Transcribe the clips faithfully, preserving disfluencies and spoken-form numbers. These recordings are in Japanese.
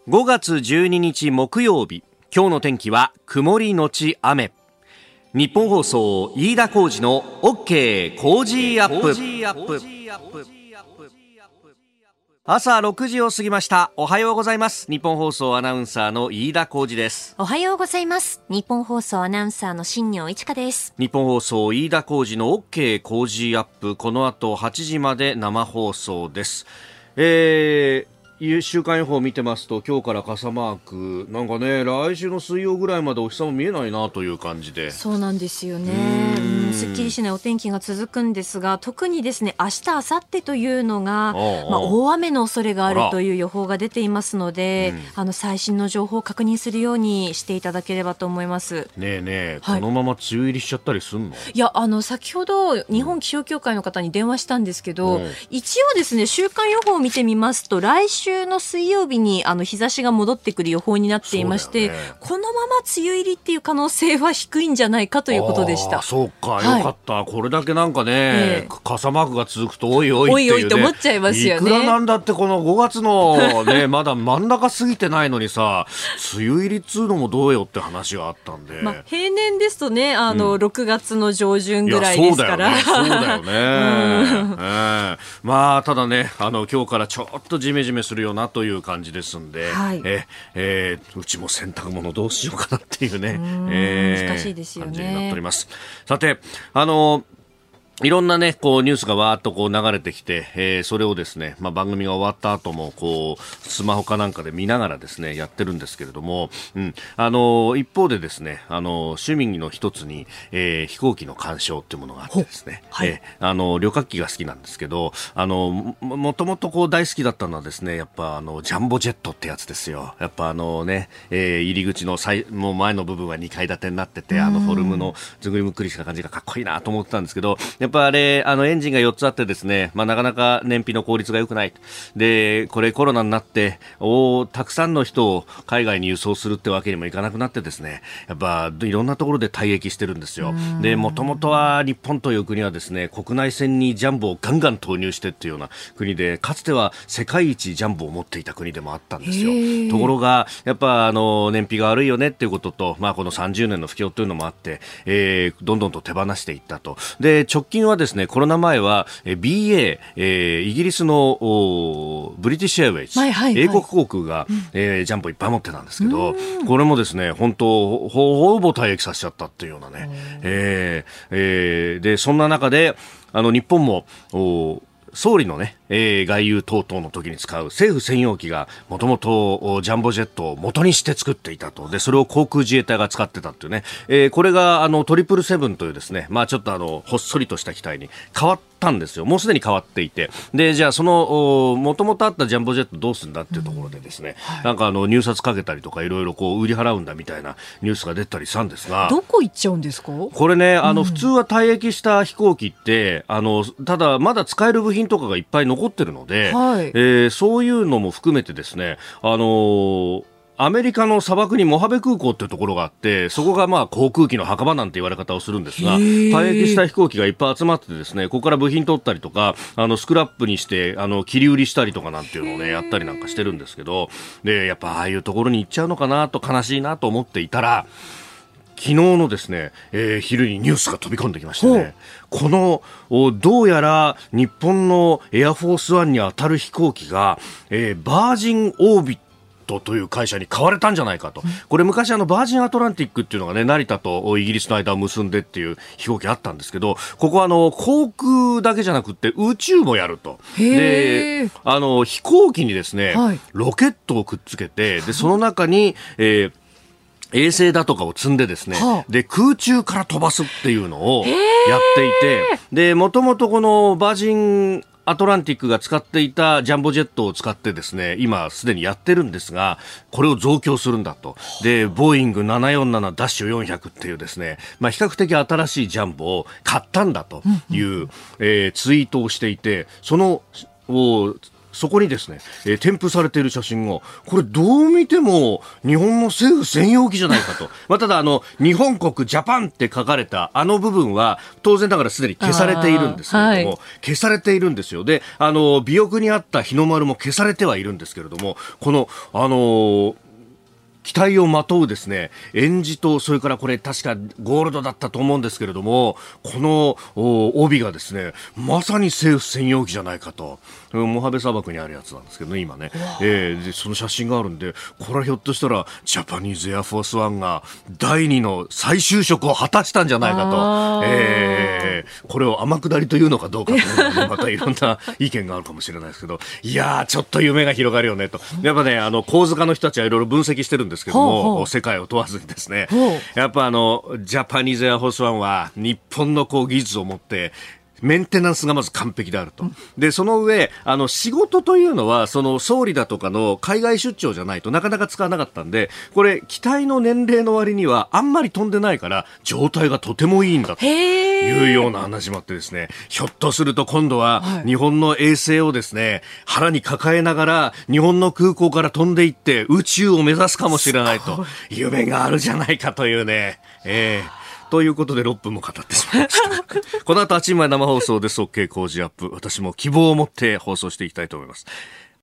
ごがつじゅうににち木曜日、今日の天気は曇りのち雨。日本放送飯田浩司の OK 工事アップ。朝ろくじを過ぎました。おはようございます。日本放送アナウンサーの飯田浩司です。 おはようございます。日本放送アナウンサーの新業一華です。 日本放送飯田浩司の OK 工事アップ、この後はちじまで生放送です。えー週間予報を見てますと、今日から傘マーク、なんかね、来週の水曜ぐらいまでお日様見えないなという感じで。 そうなんですよね。うん、すっきりしないお天気が続くんですが、特にですね、明日明後日というのが、まあ、大雨の恐れがあるという予報が出ていますので、うん、あの最新の情報を確認するようにしていただければと思います。 ねえねえ、はい、このまま梅雨入りしちゃったりすんの？ いや、あの先ほど日本気象協会の方に電話したんですけど、うん、一応ですね、週間予報を見てみますと、来週週の水曜日にあの日差しが戻ってくる予報になっていまして、ね、このまま梅雨入りっていう可能性は低いんじゃないかということでした。 あ、そうか、はい、よかった。これだけなんかね、えー、傘マークが続くとおいおいっていうね、 おいおいと思っちゃいますよね。 いくらなんだってこのごがつのねまだ真ん中過ぎてないのにさ、梅雨入りっつうのもどうよって話があったんで、 まあ、平年ですとね、あの、うん、ろくがつの上旬ぐらいですから。 そうだよね、そうだよね、うんえー、まあただね、あの今日からちょっとジメジメするよなという感じですんで、はい、ええー、うちも洗濯物どうしようかなっていうね、 えー、難しいですよね、 感じになっております。さて、あのいろんなね、こうニュースがわーっとこう流れてきて、えー、それをですね、まあ、番組が終わった後もこうスマホかなんかで見ながらですねやってるんですけれども、うん、あの一方でですね、あの趣味の一つに、えー、飛行機の鑑賞っていうものがあってですね、はい、えー、あの旅客機が好きなんですけど、あの も, もともとこう大好きだったのはですね、やっぱあのジャンボジェットってやつですよ。やっぱあのね、えー、入り口の最もう前の部分はにかい建てになってて、あのフォルムのずぐりむっくりした感じがかっこいいなと思ってたんですけど、やっぱあれあのエンジンがよっつあってですね、まあ、なかなか燃費の効率が良くない。でこれコロナになっておたくさんの人を海外に輸送するってわけにもいかなくなってですね、やっぱいろんなところで退役してるんですよ。でもともとは日本という国はですね、国内線にジャンボをガンガン投入してっていうような国で、かつては世界一ジャンボを持っていた国でもあったんですよ。ところがやっぱあの燃費が悪いよねっていうことと、まあ、このさんじゅうねんの不況というのもあって、えー、どんどんと手放していったと。で直近はですね、コロナ前は ビーエー、えー、イギリスのブリティッシュエアウェイズ、はいはいはい、英国航空が、うんえー、ジャンボいっぱい持ってたんですけど、これもですね本当ほほぼ退役させちゃったっていうようなね、えーえー、でそんな中であの日本も総理のね、えー、外遊等々の時に使う政府専用機がもともとジャンボジェットを元にして作っていたと。でそれを航空自衛隊が使ってたっていうね、えー、これがあのトリプルセブンというですね、まあちょっとあのほっそりとした機体に変わったんですよ。もうすでに変わっていて、でじゃあそのもともとあったジャンボジェットどうするんだっていうところでですね、うんはい、なんかあの入札かけたりとかいろいろこう売り払うんだみたいなニュースが出たりしたんですが、 どこ行っちゃうんですかこれね、あの、うん、普通は退役した飛行機ってあのただまだ使える部品とかがいっぱい残ってるので、はいえー、そういうのも含めてですね、あのーアメリカの砂漠にモハベ空港っていうところがあって、そこがまあ航空機の墓場なんて言われ方をするんですが、退役した飛行機がいっぱい集まってですね、ここから部品取ったりとか、あのスクラップにしてあの切り売りしたりとかなんていうのをねやったりなんかしてるんですけど、でやっぱああいうところに行っちゃうのかなと悲しいなと思っていたら、昨日のですね、えー、昼にニュースが飛び込んできましたね。このどうやら日本のエアフォースワンに当たる飛行機が、えー、バージンオービットという会社に買われたんじゃないかと。これ昔あのバージンアトランティックっていうのがね、成田とイギリスの間を結んでっていう飛行機あったんですけど、ここはあの航空だけじゃなくって宇宙もやると。であの飛行機にですね、はい、ロケットをくっつけて、でその中に、えー衛星だとかを積んでですね、はあ、で空中から飛ばすっていうのをやっていて、でもともとこのバージンアトランティックが使っていたジャンボジェットを使ってですね、今すでにやってるんですが、これを増強するんだと。でボーイング ななよんななダッシュよんひゃく っていうですね、まあ、比較的新しいジャンボを買ったんだという、うんうんえー、ツイートをしていて、そのをそこにですね、えー、添付されている写真がこれどう見ても日本の政府専用機じゃないかと、まあ、ただあの日本国ジャパンって書かれたあの部分は当然だからすでに消されているんですけれども、はい、消されているんですよ。で、あの尾翼にあった日の丸も消されてはいるんですけれども、このあのー機体をまとうですね、えんじと、それからこれ確かゴールドだったと思うんですけれども、この帯がですね、まさに政府専用機じゃないかと。モハベ砂漠にあるやつなんですけどね、今ね、えー、でその写真があるんで、これはひょっとしたらジャパニーズエアフォースワンがだいにの再就職を果たしたんじゃないかと、えー、これを天下りというのかどうかというのは、ね、またいろんな意見があるかもしれないですけど、いやーちょっと夢が広がるよねと。やっぱね、あの構図家の人たちはいろいろ分析してるんですけども、ほうほう、世界を問わずにですね、やっぱあのジャパニーズエアフォースワンは日本のこう技術を持ってメンテナンスがまず完璧であると。で、その上、あの、仕事というのは、その、総理だとかの海外出張じゃないとなかなか使わなかったんで、これ、機体の年齢の割には、あんまり飛んでないから、状態がとてもいいんだというような話もあってですね、ひょっとすると今度は、日本の衛星をですね、腹に抱えながら、日本の空港から飛んでいって、宇宙を目指すかもしれないと、夢があるじゃないかというね、えーということでろっぷんも語ってしまいましたこの後はちじまで生放送です。 OK 工事アップ、私も希望を持って放送していきたいと思います。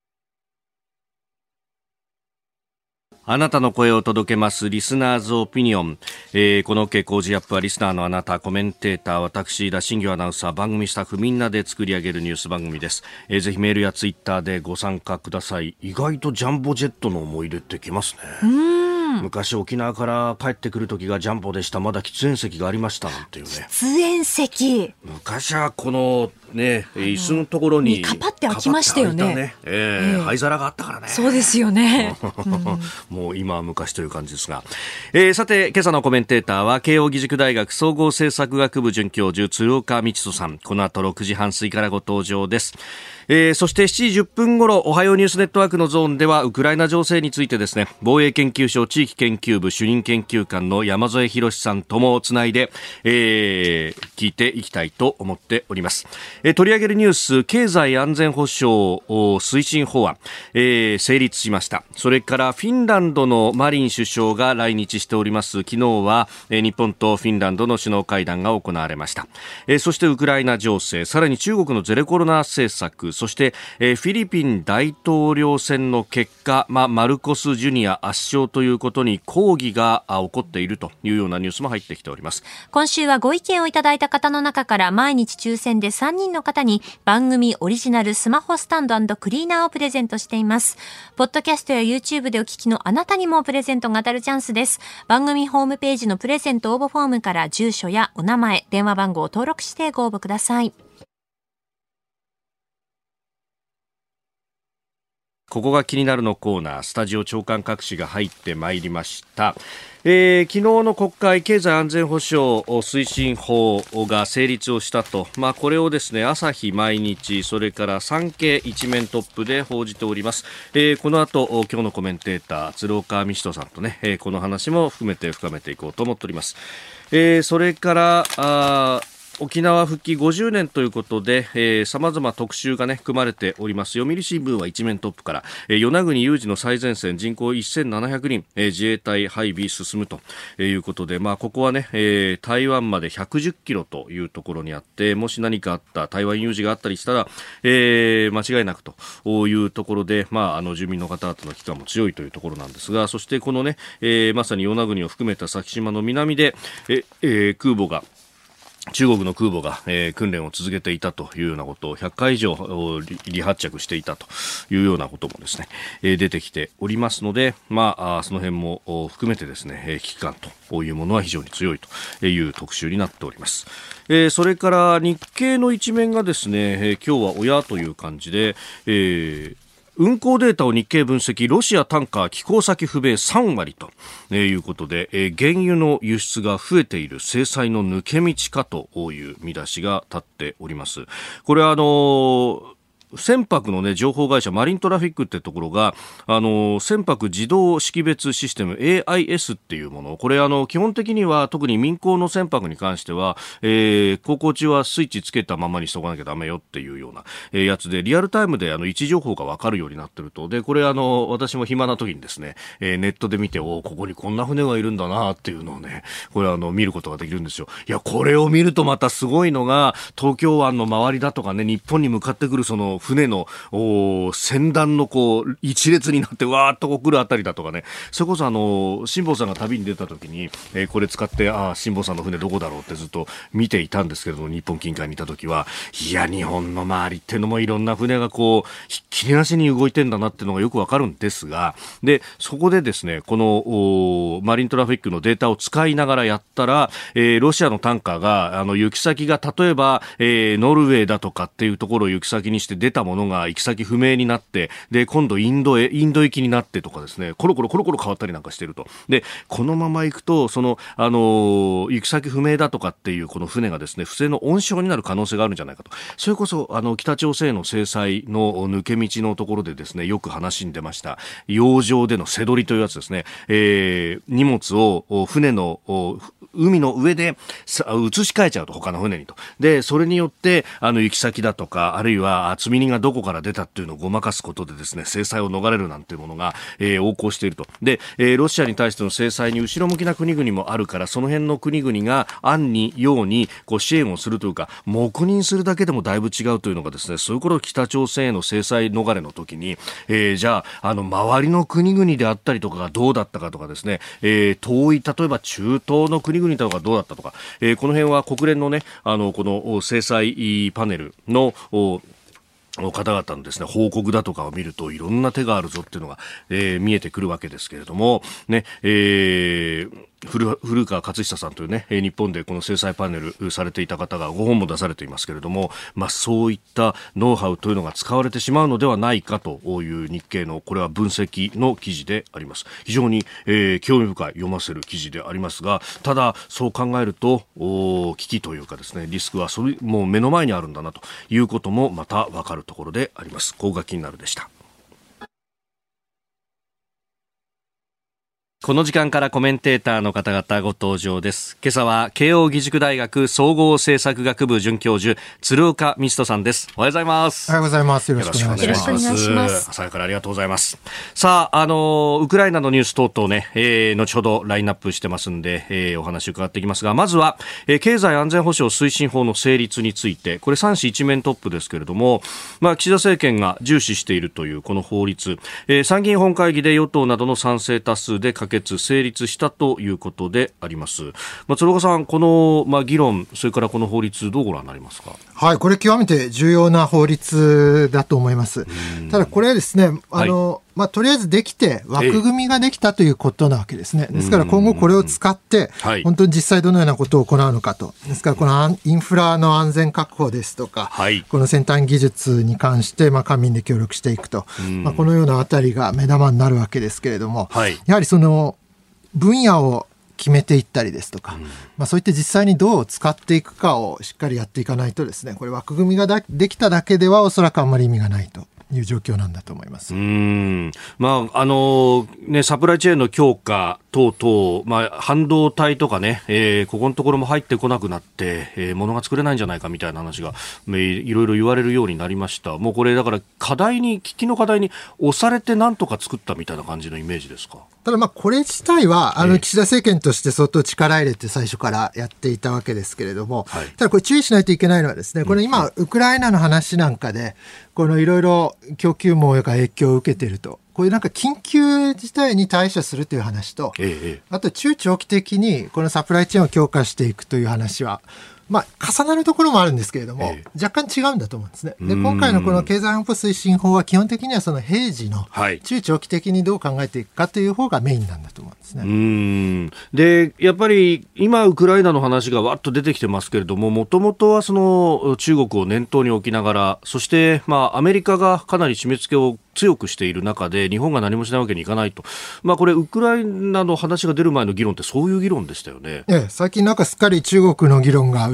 あなたの声を届けますリスナーズオピニオン、えー、この OK 工事アップはリスナーのあなた、コメンテーター、私田新行アナウンサー、番組スタッフみんなで作り上げるニュース番組です。えー、ぜひメールやツイッターでご参加ください。意外とジャンボジェットの思い出ってきますね。うーん、昔沖縄から帰ってくる時がジャンボでした、まだ喫煙席がありましたなんていうね。 喫煙席、 昔はこのね、椅子のところにカパって開きましたよね。 ね、えーえー、灰皿があったからね。 そうですよね、 うん、もう今は昔という感じですが、えー、さて今朝のコメンテーターは慶應義塾大学総合政策学部准教授鶴岡道人さん、この後ろくじはん過ぎからご登場です。えー、そしてしちじじゅっぷん頃、おはようニュースネットワークのゾーンではウクライナ情勢についてですね、防衛研究所地域研究部主任研究官の山添博さんともつないで、えー、聞いていきたいと思っております。えー、取り上げるニュース、経済安全保障推進法案、えー、成立しました。それからフィンランドのマリン首相が来日しております。昨日は、えー、日本とフィンランドの首脳会談が行われました。えー、そしてウクライナ情勢、さらに中国のゼロコロナ政策、そして、えー、フィリピン大統領選の結果、まあ、マルコス・ジュニア圧勝ということに抗議が起こっているというようなニュースも入ってきております。 今週はご意見をいただいた方の中から毎日抽選でさんにんの方に番組オリジナルスマホスタンド&クリーナーをプレゼントしています。ポッドキャストや YouTube でお聞きのあなたにもプレゼントが当たるチャンスです。番組ホームページのプレゼント応募フォームから住所やお名前、電話番号を登録してご応募ください。 ここが気になるのコーナー、スタジオ長官各紙が入ってまいりました。えー、昨日の国会経済安全保障推進法が成立をしたと、まあ、これをですね、朝日毎日、それから産経一面トップで報じております。えー、この後今日のコメンテーター鶴岡道人さんとね、えー、この話も含めて深めていこうと思っております。えー、それからあ沖縄復帰ごじゅうねんということで、えー、様々特集がね組まれております。読売新聞は一面トップから、えー、与那国有事の最前線、人口せんななひゃくにん、えー、自衛隊配備進むということで、まあ、ここはね、えー、台湾までひゃくじゅっキロというところにあって、もし何かあった台湾有事があったりしたら、えー、間違いなくというところで、まあ、あの住民の方々の危機感も強いというところなんですが、そしてこのね、えー、まさに与那国を含めた先島の南で、ええー、空母が中国の空母が、えー、訓練を続けていたというようなことをひゃっかい以上離発着していたというようなこともですね、えー、出てきておりますので、まあ、あその辺も含めてですね、えー、危機感というものは非常に強いという特集になっております。えー、それから日経の一面がですね、えー、今日は親という感じで、えー運航データを日経分析、ロシアタンカー寄港先不明さんわりということで、えー、原油の輸出が増えている、制裁の抜け道かという見出しが立っております。これはあのー船舶の、ね、情報会社マリントラフィックってところがあの船舶自動識別システム エーアイエス っていうもの、これあの基本的には特に民航の船舶に関しては、えー、航行中はスイッチつけたままにしとかなきゃダメよっていうような、えー、やつでリアルタイムであの位置情報が分かるようになってると。でこれあの私も暇な時にですね、えー、ネットで見ておここにこんな船がいるんだなっていうのをね、これあの見ることができるんですよ。いやこれを見るとまたすごいのが東京湾の周りだとかね、日本に向かってくるその船の船団のこう一列になってわーっとこう来るあたりだとかね、それこそあの辛坊さんが旅に出た時に、えー、これ使ってああ辛坊さんの船どこだろうってずっと見ていたんですけれども、日本近海にいた時はいや日本の周りっていうのもいろんな船がこうひっきりなしに動いてんだなっていうのがよくわかるんですが、でそこでですねこのマリントラフィックのデータを使いながらやったら、えー、ロシアのタンカーがあの行き先が例えば、えー、ノルウェーだとかっていうところを行き先にして出たものが行き先不明になって、で今度インドへインド行きになってとかですね、コロコロコロコロ変わったりなんかしてると。でこのまま行くとその、あのー、行き先不明だとかっていうこの船がですね不正の温床になる可能性があるんじゃないかと。それこそあの北朝鮮への制裁の抜け道のところでですねよく話に出ました洋上での背取りというやつですね、えー、荷物を船の海の上で移し替えちゃうと他の船にと。でそれによってあの行き先だとかあるいは積み荷がどこから出たっていうのをごまかすことでですね制裁を逃れるなんていうものが、えー、横行していると。で、えー、ロシアに対しての制裁に後ろ向きな国々もあるから、その辺の国々が暗にようにこう支援をするというか黙認するだけでもだいぶ違うというのがですね、そういう頃北朝鮮への制裁逃れの時に、えー、じゃああの周りの国々であったりとかがどうだったかとかですね、えー、遠い例えば中東の国々とかどうだったとか、えー、この辺は国連のねあのこの制裁パネルの方々のですね報告だとかを見るといろんな手があるぞっていうのが、えー、見えてくるわけですけれどもね、えー古, 古川勝久さんというね日本でこの制裁パネルされていた方がごほんも出されていますけれども、まあ、そういったノウハウというのが使われてしまうのではないかという日経のこれは分析の記事であります。非常に、えー、興味深い読ませる記事でありますが、ただそう考えると危機というかですねリスクはそれもう目の前にあるんだなということもまた分かるところであります。ここが気になるでした。この時間からコメンテーターの方々ご登場です。今朝は慶應義塾大学総合政策学部准教授鶴岡道人さんです。おはようございます。 おはようございます。よろしくお願いします。 よろしくお願いします。 朝からありがとうございます。さあ、あのウクライナのニュース等々ね、えー、後ほどラインナップしてますんで、えー、お話伺っていきますが、まずは、えー、経済安全保障推進法の成立について、これさん紙一面トップですけれども、まあ、岸田政権が重視しているというこの法律、えー、参議院本会議で与党などの賛成多数で可決成立したということであります。まあ、鶴岡さん、この、まあ、議論、それからこの法律どうご覧になりますか？ はい、これ極めて重要な法律だと思います。ただこれはですね、あの、はい、まあ、とりあえずできて枠組みができたということなわけですね。ですから今後これを使って本当に実際どのようなことを行うのかと。ですからこのインフラの安全確保ですとか、はい、この先端技術に関してまあ官民で協力していくと、まあ、このようなあたりが目玉になるわけですけれども、はい、やはりその分野を決めていったりですとか、うん、まあ、そういって実際にどう使っていくかをしっかりやっていかないとですね、これ枠組みがだできただけではおそらくあんまり意味がないという状況なんだと思います。 うーん、まああのね、サプライチェーンの強化等々、まあ、半導体とかね、えー、ここのところも入ってこなくなって、えー、物が作れないんじゃないかみたいな話が、えー、いろいろ言われるようになりました。もうこれだから課題に危機の課題に押されてなんとか作ったみたいな感じのイメージですか？ ただまあこれ自体はあの岸田政権として相当力入れて最初からやっていたわけですけれども、はい、ただこれ注意しないといけないのはですね、これ今ウクライナの話なんかでこのいろいろ供給網が影響を受けていると、こういうなんか緊急事態に対処するという話と、ええ、あと中長期的にこのサプライチェーンを強化していくという話はまあ、重なるところもあるんですけれども、ええ、若干違うんだと思うんですね。で、今回のこの経済安保推進法は基本的にはその平時の中長期的にどう考えていくかという方がメインなんだと思うんですね。 うーん、でやっぱり今ウクライナの話がわっと出てきてますけれども、もともとはその中国を念頭に置きながら、そして、まあ、アメリカがかなり締め付けを強くしている中で日本が何もしないわけにいかないと、まあ、これウクライナの話が出る前の議論ってそういう議論でしたよね。 ええ、最近なんかすっかり中国の議論が後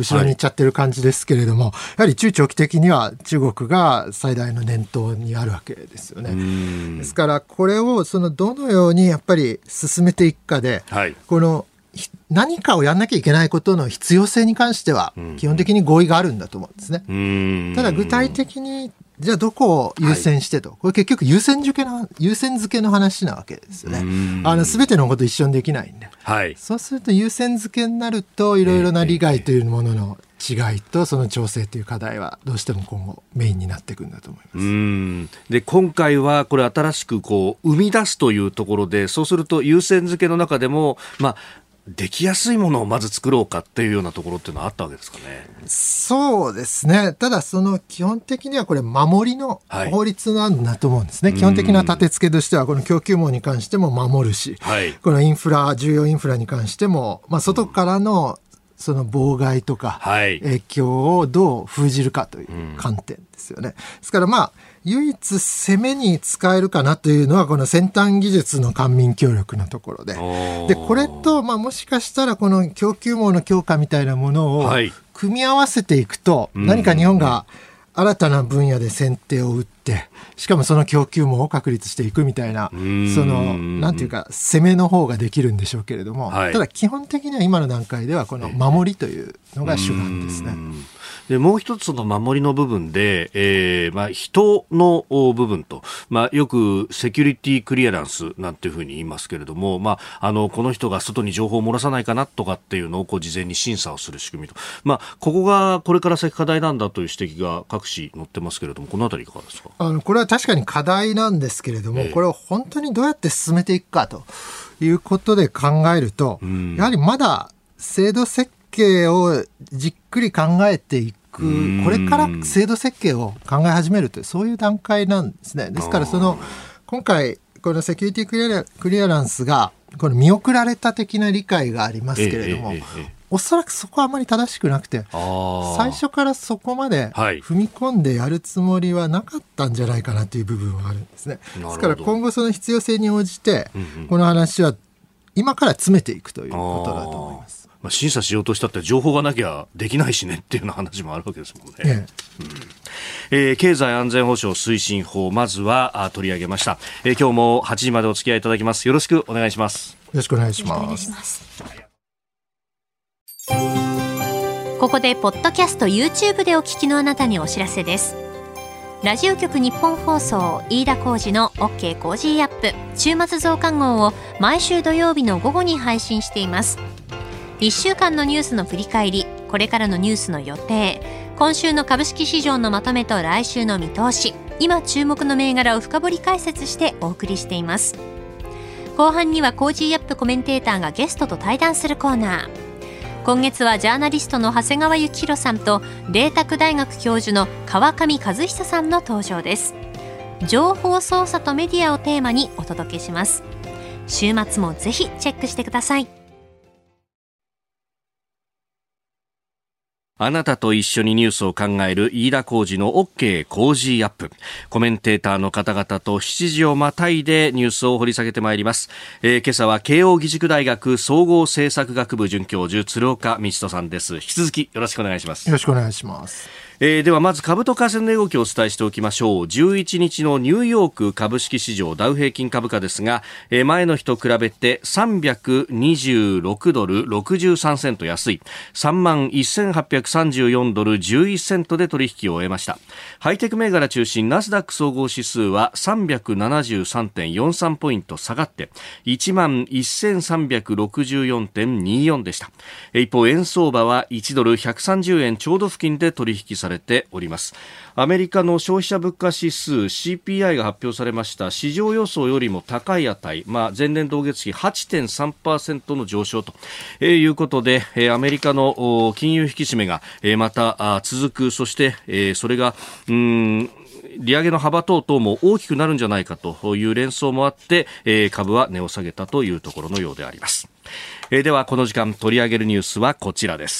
後ろに行っちゃってる感じですけれども、はい、やはり中長期的には中国が最大の念頭にあるわけですよね。ですからこれをそのどのようにやっぱり進めていくかで、はい、この何かをやんなきゃいけないことの必要性に関しては基本的に合意があるんだと思うんですね。うんただ具体的にじゃあどこを優先してと、はい、これ結局優先付けの優先付けの話なわけですよね。あの全てのこと一緒にできないんで、はい、そうすると優先付けになるといろいろな利害というものの違いとその調整という課題はどうしても今後メインになっていくんだと思います。 うんで今回はこれ新しくこう生み出すというところで、そうすると優先付けの中でもまあできやすいものをまず作ろうかっていうようなところっていうのはあったわけですかね。 そうですね。ただその基本的にはこれ守りの法律なんだと思うんですね、はい、基本的な立て付けとしてはこの供給網に関しても守るし、はい、このインフラ重要インフラに関しても、まあ、外からのその妨害とか影響をどう封じるかという観点ですよね。ですからまあ唯一攻めに使えるかなというのはこの先端技術の官民協力のところで、でこれとまあもしかしたらこの供給網の強化みたいなものを組み合わせていくと、何か日本が新たな分野で先手を打って、しかもその供給網を確立していくみたいな、そのなんていうか攻めの方ができるんでしょうけれども、はい、ただ基本的には今の段階ではこの守りというのが主眼ですね。 でもう一つの守りの部分で、えーまあ、人の部分と、まあ、よくセキュリティクリアランスなんていうふうに言いますけれども、まあ、あのこの人が外に情報を漏らさないかなとかっていうのをこう事前に審査をする仕組みと、まあ、ここがこれから先課題なんだという指摘が各紙載ってますけれども、このあたりいかがですか。 あのこれは確かに課題なんですけれども、えー、これを本当にどうやって進めていくかということで考えると、うん、やはりまだ制度設計をじっくり考えていく、これから制度設計を考え始めるというそういう段階なんですね。ですからその今回このセキュリティクリア、クリアランスがこの見送られた的な理解がありますけれども、ええええ、おそらくそこはあまり正しくなくて、最初からそこまで踏み込んでやるつもりはなかったんじゃないかなという部分はあるんですね。ですから今後その必要性に応じてこの話は今から詰めていくということだと思います。 まあ、審査しようとしたって情報がなきゃできないしねっていうような話もあるわけですもんね。ええうんえー、経済安全保障推進法、まずはあ取り上げました、えー、今日もはちじまでお付き合いいただきます。よろしくお願いします。 よろしくお願いします。 ここでポッドキャスト YouTube でお聞きのあなたにお知らせです。ラジオ局日本放送飯田浩司の OK コージーアップ週末増刊号を毎週土曜日の午後に配信しています。いっしゅうかんのニュースの振り返り、これからのニュースの予定、今週の株式市場のまとめと来週の見通し、今注目の銘柄を深掘り解説してお送りしています。後半にはコージーアップコメンテーターがゲストと対談するコーナー。今月はジャーナリストの長谷川幸宏さんと麗澤大学教授の川上和久さんの登場です。情報操作とメディアをテーマにお届けします。週末もぜひチェックしてください。 あなたと一緒にニュースを考える飯田浩司の OK コージーアップ。コメンテーターの方々としちじをまたいでニュースを掘り下げてまいります。えー、今朝は慶應義塾大学総合政策学部准教授鶴岡道人さんです。引き続きよろしくお願いします。 よろしくお願いします。 えー、ではまず株と為替の値動きをお伝えしておきましょう。じゅういちにちのニューヨーク株式市場ダウ平均株価ですが、えー、前の日と比べてさんびゃくにじゅうろくドルろくじゅうさんセント安い さんまんせんはっぴゃくさんじゅうよんドルじゅういちセントで取引を終えました。ハイテク銘柄中心ナスダック総合指数は さんびゃくななじゅうさんてんよんさん ポイント下がって いちまんせんさんびゃくろくじゅうよんてんにじゅうよん でした。一方円相場はいちドルひゃくさんじゅうえんちょうど付近で取引されております。アメリカの消費者物価指数 シーピーアイ が発表されました。市場予想よりも高い値、まあ、前年同月比 はちてんさんパーセント の上昇ということで、アメリカの金融引き締めがまた続く。そしてそれがうーん利上げの幅等々も大きくなるんじゃないかという連想もあって、株は値を下げたというところのようであります。ではこの時間取り上げるニュースはこちらです。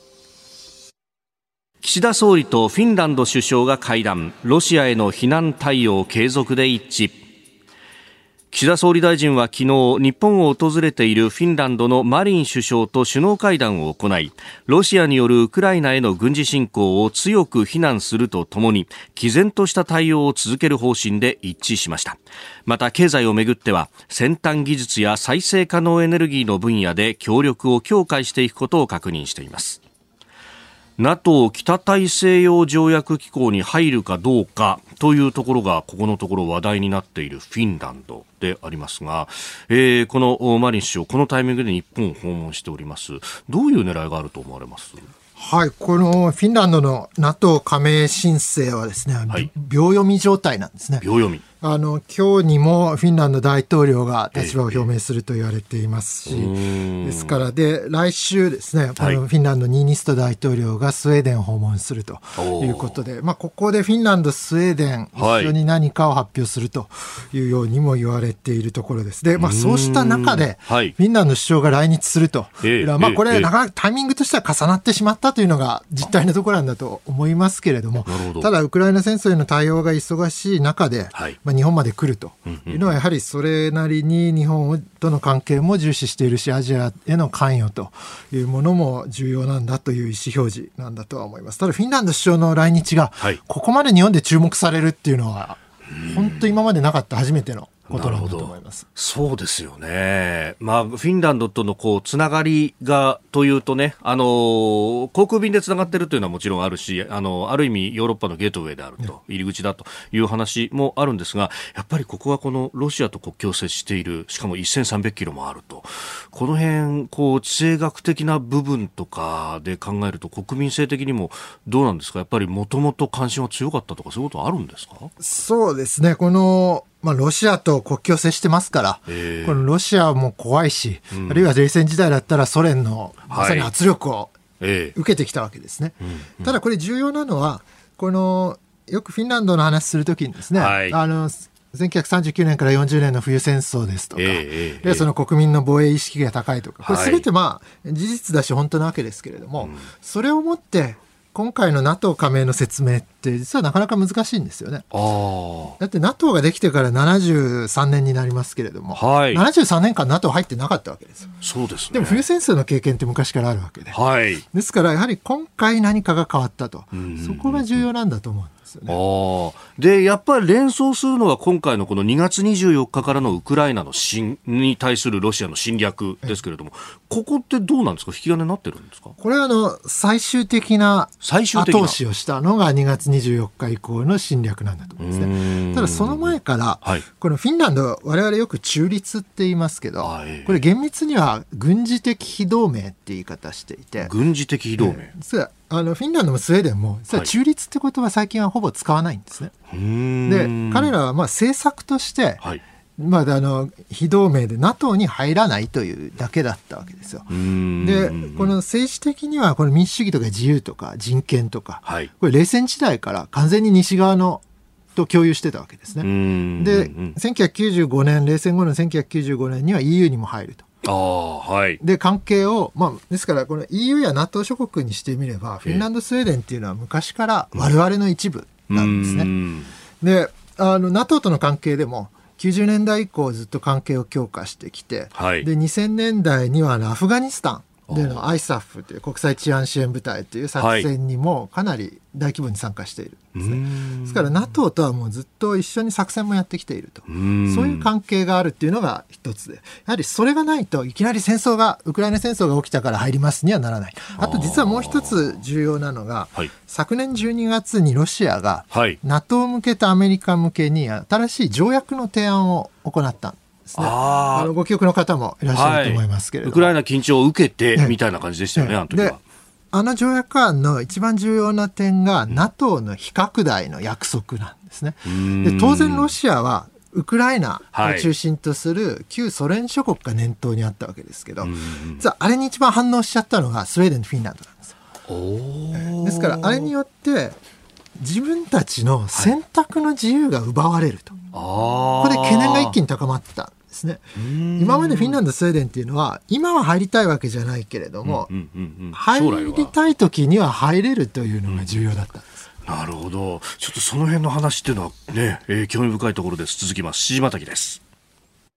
岸田総理とフィンランド首相が会談、ロシアへの非難対応継続で一致。 岸田総理大臣は昨日日本を訪れているフィンランドのマリン首相と首脳会談を行い、ロシアによるウクライナへの軍事侵攻を強く非難するとともに毅然とした対応を続ける方針で一致しました。また経済をめぐっては先端技術や再生可能エネルギーの分野で協力を強化していくことを確認しています。NATO 北大西洋条約機構に入るかどうかというところがここのところ話題になっているフィンランドでありますが、えー、このマリン首相このタイミングで日本を訪問しております。どういう狙いがあると思われます？ はい、このフィンランドの NATO 加盟申請はですね、はい、秒読み状態なんですね。 秒読み。 あの今日にもフィンランド大統領が立場を表明すると言われていますし、えー、ですからで来週ですね、このフィンランドニーニスト大統領がスウェーデンを訪問するということで、まあ、ここでフィンランドスウェーデン一緒に何かを発表するというようにも言われているところです。で、まあ、そうした中でフィンランド首相が来日すると、えー、まあ、これなかなかタイミングとしては重なってしまったというのが実態のところなんだと思いますけれども、ただウクライナ戦争への対応が忙しい中で、はい、まあ、日本まで来るというのはやはりそれなりに日本との関係も重視しているし、アジアへの関与というものも重要なんだという意思表示なんだとは思います。ただフィンランド首相の来日がここまで日本で注目されるっていうのは本当今までなかった初めてのことなんだと思います。 そうですよね。まあ、フィンランドとのこうつながりがというとね、あの航空便でつながっているというのはもちろんあるし、あのある意味ヨーロッパのゲートウェイであると、入り口だという話もあるんですが、やっぱりここはこのロシアと国境を接している、しかもせんさんびゃくキロもあると、この辺こう地政学的な部分とかで考えると国民性的にもどうなんですか？やっぱりもともと関心は強かったとかそういうことあるんですか？ そうですね。このまあ、ロシアと国境を接してますから、えー、このロシアも怖いし、うん、あるいは冷戦時代だったらソ連のまさに圧力を受けてきたわけですね、はいえーうん、ただこれ重要なのは、このよくフィンランドの話するときにですね、はい、あのせんきゅうひゃくさんじゅうきゅうねんからよんじゅうねんの冬戦争ですとか、えーえー、その国民の防衛意識が高いとか、これ全てまあ事実だし本当なわけですけれども、はい、それをもって今回の NATO 加盟の説明って実はなかなか難しいんですよね。あだって NATO ができてからななじゅうさんねんになりますけれども、はい、ななじゅうさんねんかん NATO 入ってなかったわけですよ。 そうですね。 でも冬戦争の経験って昔からあるわけで、はい、ですからやはり今回何かが変わったと、そこが重要なんだと思うんですよね。 あでやっぱり連想するのは今回のこのにがつにじゅうよっかからのウクライナの侵に対するロシアの侵略ですけれども、ここってどうなんですか？引き金になってるんですか？ これはあの最終的な後押しをしたのがにがつにじゅうよっか以降の侵略なんだと思うんですね。ただその前から、はい、このフィンランド我々よく中立って言いますけど、はい、これ厳密には軍事的非同盟って言い方していて、 軍事的非同盟、えー、あのフィンランドもスウェーデンも実は中立って言葉最近はほぼ使わないんですね、はい、で彼らはまあ政策として、はい、まあ、あの非同盟で NATO に入らないというだけだったわけですよ。でこの政治的にはこの民主主義とか自由とか人権とか、はい、これ冷戦時代から完全に西側のと共有してたわけですね。でせんきゅうひゃくきゅうじゅうごねん冷戦後のせんきゅうひゃくきゅうじゅうごねんには イーユー にも入ると。あ、はい、で関係を、まあ、ですからこの イーユー や NATO 諸国にしてみればフィンランドスウェーデンっていうのは昔から我々の一部なんですね、うん、であの NATO との関係でもきゅうじゅうねんだい以降ずっと関係を強化してきて、はい、でにせんねんだいにはあのアフガニスタンでの アイサフ という国際治安支援部隊という作戦にもかなり大規模に参加しているんですね、はい、ですから NATO とはもうずっと一緒に作戦もやってきていると、そういう関係があるっていうのが一つで、やはりそれがないといきなり戦争がウクライナ戦争が起きたから入りますにはならない。あと実はもう一つ重要なのが、はい、昨年じゅうにがつにロシアが NATO 向けとアメリカ向けに新しい条約の提案を行ったんです。ああのご記憶の方もいらっしゃると思いますけれども、 はい、ウクライナ緊張を受けてみたいな感じでしたよね、あの時は。であの条約案の一番重要な点が NATO の非拡大の約束なんですね。で当然ロシアはウクライナを中心とする旧ソ連諸国が念頭にあったわけですけど、実はあれに一番反応しちゃったのがスウェーデンとフィンランドなんですよ。おですからあれによって自分たちの選択の自由が奪われると、はい、これ懸念が一気に高まったですね。今までフィンランドスウェーデンっていうのは今は入りたいわけじゃないけれども、うんうんうんうん、入りたい時には入れるというのが重要だったんです、 うん、なるほど。ちょっとその辺の話っていうのはね、えー、興味深いところです。続きます。しじまたきです。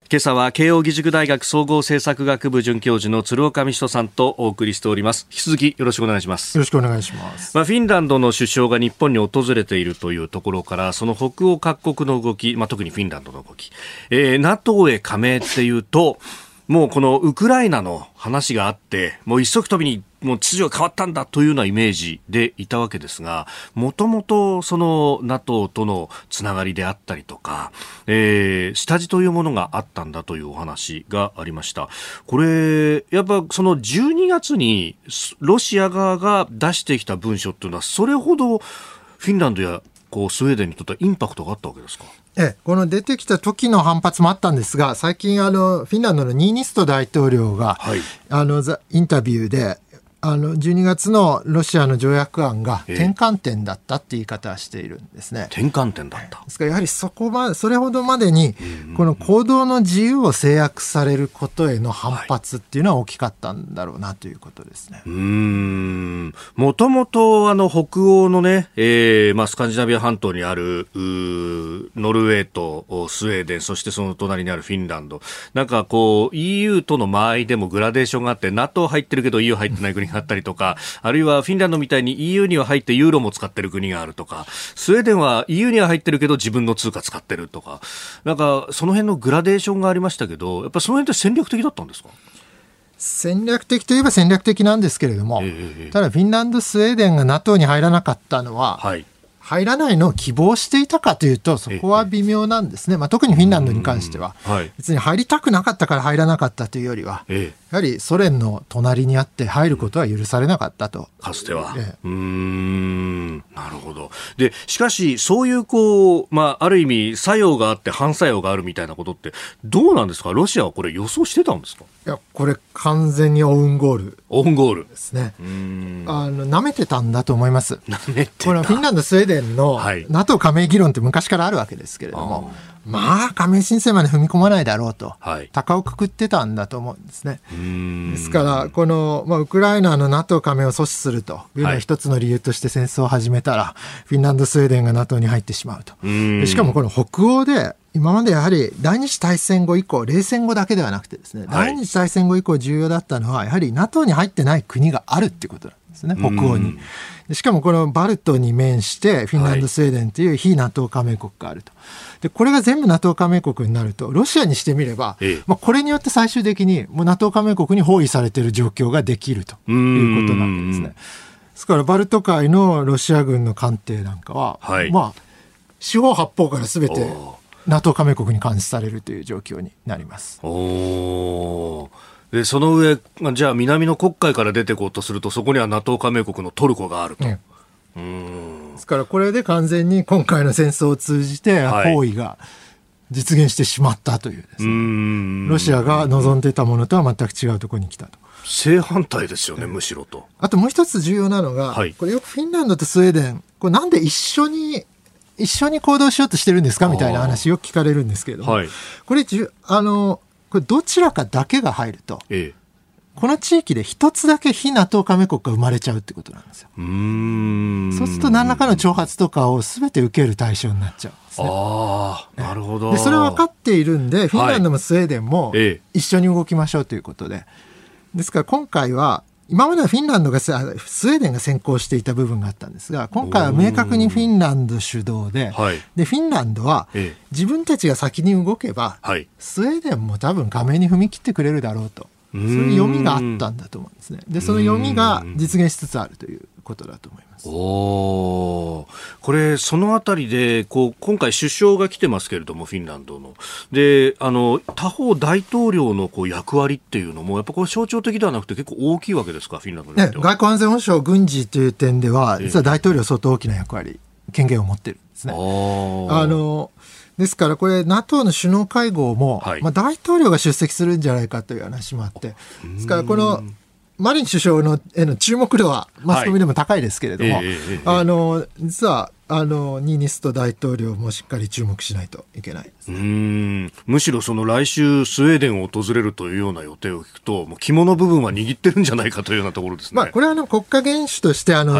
今朝は慶應義塾大学総合政策学部准教授の鶴岡道人さんとお送りしております。引き続きよろしくお願いします。 よろしくお願いします。 まあ、フィンランドの首相が日本に訪れているというところから、その北欧各国の動き、まあ、特にフィンランドの動き、えー、ナトー へ加盟っていうと、もうこのウクライナの話があって、もう一足飛びにもう秩序が変わったんだというようなイメージでいたわけですが、もともとその ナトー とのつながりであったりとか、えー、下地というものがあったんだというお話がありました。これやっぱそのじゅうにがつにロシア側が出してきた文書というのは、それほどフィンランドやこうスウェーデンにとってはインパクトがあったわけですか？ ええ、この出てきた時の反発もあったんですが、最近あのフィンランドのニーニスト大統領が、はい、あのインタビューであのじゅうにがつのロシアの条約案が転換点だったって言い方をしているんですね。 転換点だった。 ですからやはりそこまでそれほどまでにこの行動の自由を制約されることへの反発っていうのは大きかったんだろうなということですね。 うーん、もともとあの北欧のね、えーまあ、スカンジナビア半島にあるノルウェーとスウェーデン、そしてその隣にあるフィンランド、なんかこう イーユー との間合いでもグラデーションがあって、 ナトー 入ってるけど イーユー 入ってない国があったりとか、あるいはフィンランドみたいに イーユー には入ってユーロも使ってる国があるとか、スウェーデンは イーユー には入ってるけど自分の通貨使ってるとか、なんかその辺のグラデーションがありましたけど、やっぱその辺って戦略的だったんですか？ 戦略的といえば戦略的なんですけれども、えー、ただフィンランドスウェーデンが ナトー に入らなかったのは、はい、入らないのを希望していたかというと、そこは微妙なんですね。まあ、特にフィンランドに関しては、はい、別に入りたくなかったから入らなかったというよりは、ええ、やはりソ連の隣にあって入ることは許されなかったと。 かつては、ええ、うーん、なるほど。でしかしそういうこう、まあ、ある意味作用があって反作用があるみたいなことってどうなんですか？ロシアはこれ予想してたんですか？ いや、これ完全にオウンゴール、 オウンゴールですね。うーん、あの舐めてたんだと思います。 舐めてた。 このフィンランドスウェーデンの、はい、ナトー 加盟議論って昔からあるわけですけれども、まあ加盟申請まで踏み込まないだろうと、はい、高をくくってたんだと思うんですね。うーん、ですからこの、まあ、ウクライナの ナトー 加盟を阻止するというのは一つの理由として戦争を始めたら、はい、フィンランドスウェーデンが ナトー に入ってしまうと。でしかもこの北欧で今までやはり第二次大戦後以降、冷戦後だけではなくてですね、はい、第二次大戦後以降重要だったのはやはり ナトー に入ってない国があるってことなんですね、北欧に。でしかもこのバルトに面してフィンランドスウェーデンという非 ナトー 加盟国があると。でこれが全部 ナトー 加盟国になると、ロシアにしてみれば、ええ、まあ、これによって最終的にもう ナトー 加盟国に包囲されている状況ができるということなわけですね。ですからバルト海のロシア軍の艦艇なんかは、はい、まあ、四方八方から全て ナトー 加盟国に監視されるという状況になります。 おでその上、じゃあ南の黒海から出てこうとすると、そこには ナトー 加盟国のトルコがあると、うん、うーん、 ですからこれで完全に今回の戦争を通じて包囲が実現してしまったというですね、はい、うーん、ロシアが望んでいたものとは全く違うところに来たと。 正反対ですよね、むしろと。 あともう一つ重要なのが、はい、これよくフィンランドとスウェーデン、これなんで一緒に一緒に行動しようとしてるんですかみたいな話よく聞かれるんですけれども、はい、これあのこれどちらかだけが入ると、ええ、この地域で一つだけ非 ナトー 加盟国が生まれちゃうってことなんですよ。うーん、そうすると何らかの挑発とかを全て受ける対象になっちゃうんですね。 ああ、なるほど。 でそれは分かっているんで、フィンランドもスウェーデンも一緒に動きましょうということで、はい、ですから今回は今まではフィンランドがスウェーデンが先行していた部分があったんですが、今回は明確にフィンランド主導 で,、はい、でフィンランドは自分たちが先に動けば、はい、スウェーデンも多分加盟に踏み切ってくれるだろうと、そういう読みがあったんだと思うんですね。でその読みが実現しつつあるということだと思います。 おこれそのあたりでこう今回首相が来てますけれども、フィンランドのであの他方大統領のこう役割っていうのもやっぱこれ象徴的ではなくて結構大きいわけですか、フィンランドにとっては。 ね、外交安全保障軍事という点では実は大統領相当大きな役割権限を持っているんですね。あのですからこれ ナトー の首脳会合も、はい、まあ、大統領が出席するんじゃないかという話もあって、ですからこのマリン首相のへの注目度はマスコミでも高いですけれども、はい、えーえー、あの実はあのニーニスト大統領もしっかり注目しないといけないですね。 うーん、むしろその来週スウェーデンを訪れるというような予定を聞くと、もう肝の部分は握ってるんじゃないかというようなところですね。 まあ、これはあの国家元首としてあの、はい、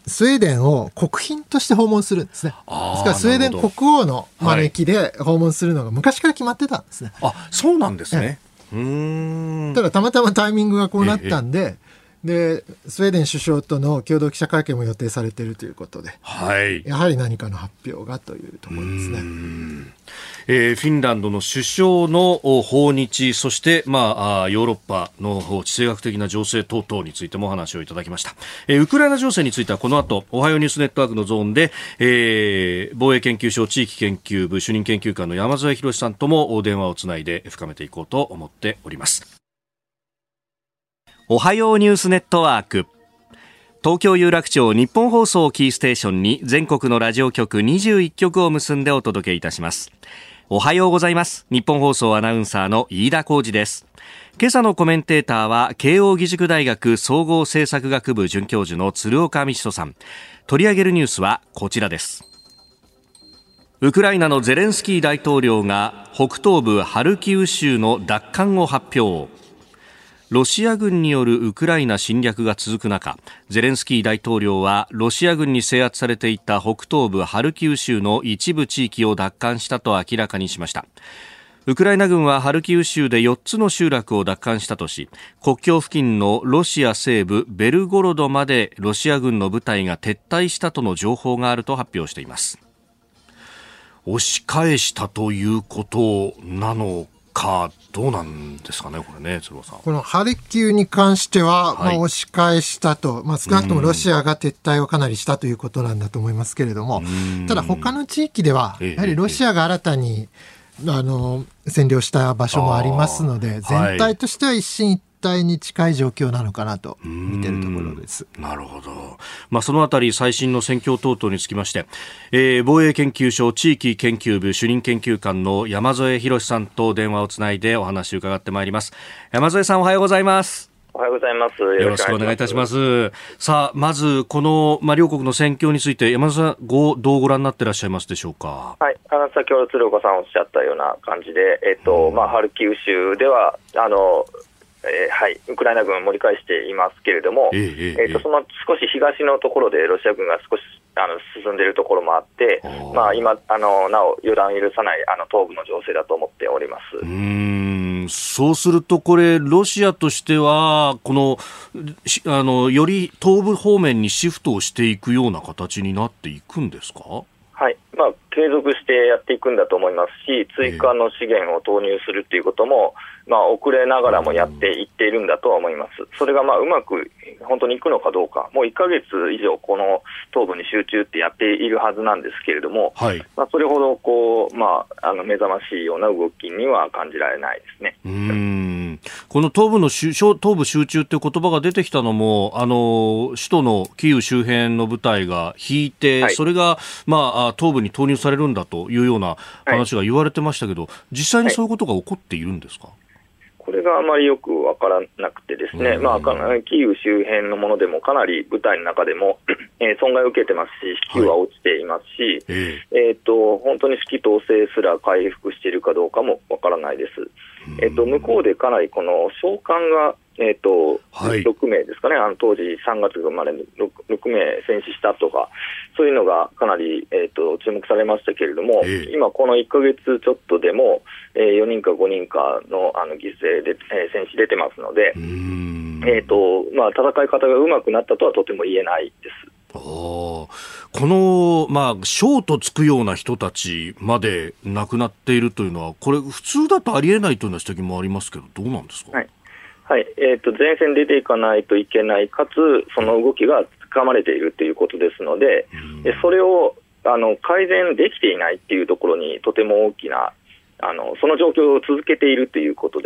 スウェーデンを国賓として訪問するんですね。ですからスウェーデン国王の招きで訪問するのが昔から決まってたんですね。 はい、あ、そうなんですね。 うーん、ただたまたまタイミングがこうなったんで、でスウェーデン首相との共同記者会見も予定されているということで、 はい、 やはり何かの発表がというところですね。 えー、フィンランドの首相の訪日、そして、まあ、ヨーロッパの地政学的な情勢等々についてもお話をいただきました。えー、ウクライナ情勢についてはこの後おはようニュースネットワークのゾーンで、えー、防衛研究所地域研究部主任研究官の山添博さんとも電話をつないで深めていこうと思っております。おはようニュースネットワーク、東京有楽町日本放送キーステーションに全国のラジオ局にじゅういっきょくを結んでお届けいたします。おはようございます。日本放送アナウンサーの飯田浩司です。今朝のコメンテーターは慶應義塾大学総合政策学部准教授の鶴岡道人さん。取り上げるニュースはこちらです。ウクライナのゼレンスキー大統領が北東部ハルキウ州の奪還を発表。ロシア軍によるウクライナ侵略が続く中、ゼレンスキー大統領はロシア軍に制圧されていた北東部ハルキウ州の一部地域を奪還したと明らかにしました。ウクライナ軍はハルキウ州でよっつの集落を奪還したとし、国境付近のロシア西部ベルゴロドまでロシア軍の部隊が撤退したとの情報があると発表しています。押し返したということなのかどうなんですかね、これね、鶴尾さん。 このハルキウに関しては、はい、まあ、押し返したと、まあ、少なくともロシアが撤退をかなりしたということなんだと思いますけれども、ただ他の地域ではやはりロシアが新たに、ええ、あの占領した場所もありますので、全体としては一進一退に近い状況なのかなと見ているところです。 なるほど。まあ、そのあたり最新の戦況等々につきまして、えー、防衛研究所地域研究部主任研究官の山添博さんと電話をつないでお話を伺ってまいります。山添さん、おはようございます。 おはようございます。 よろしくお願いいたします。さあ、まずこの、まあ、両国の戦況について山添さん、ごどうご覧になっていらっしゃいますでしょうか。 はい、あの先ほど鶴岡さんおっしゃったような感じで、えっとまあ、ハルキウ州ではあのえーはい、ウクライナ軍を盛り返していますけれども、えーえー、とその少し東のところでロシア軍が少しあの進んでいるところもあって、まあ、今あのなお予断を許さないあの東部の情勢だと思っております。 うーん、そうするとこれロシアとしてはこのあのより東部方面にシフトをしていくような形になっていくんですか。 はい、まあ、継続してやっていくんだと思いますし、追加の資源を投入するということも、まあ、遅れながらもやっていっているんだとは思います。それがまあうまく本当にいくのかどうか、もういっかげつ以上この東部に集中ってやっているはずなんですけれども、はい、まあ、それほどこう、まあ、あの目覚ましいような動きには感じられないですね。 うーん、この東部の東部集中という言葉が出てきたのも、あの首都のキーウ周辺の部隊が引いて、はい、それが、まあ、東部に投入されるんだというような話が言われてましたけど、はい、実際にそういうことが起こっているんですか。はい、 これがあまりよく分からなくてですね、まあ、キーウ周辺のものでもかなり部隊の中でも、えー、損害を受けてますし、士気は落ちていますし、はい、えーえー、と本当に指揮統制すら回復しているかどうかも分からないです。えー、と向こうでかなりこの将官が、えーとはい、ろくめいですかね、あの当時さんがつまでに 6, 6名戦死したとか、そういうのがかなり、えー、と注目されましたけれども、えー、今このいっかげつちょっとでも、えー、よにんかごにんか の, あの犠牲で、えー、戦死出てますので、うーん、えーとまあ、戦い方がうまくなったとはとても言えないです。 あ、この、まあ、将とつくような人たちまで亡くなっているというのは、これ普通だとありえないというような指摘もありますけど、どうなんですか。 はい、はい、えーと、前線出ていかないといけない、かつその動きがつかまれているということですので、でそれをあの改善できていないというところにとても大きなあのその状況を続けているということです。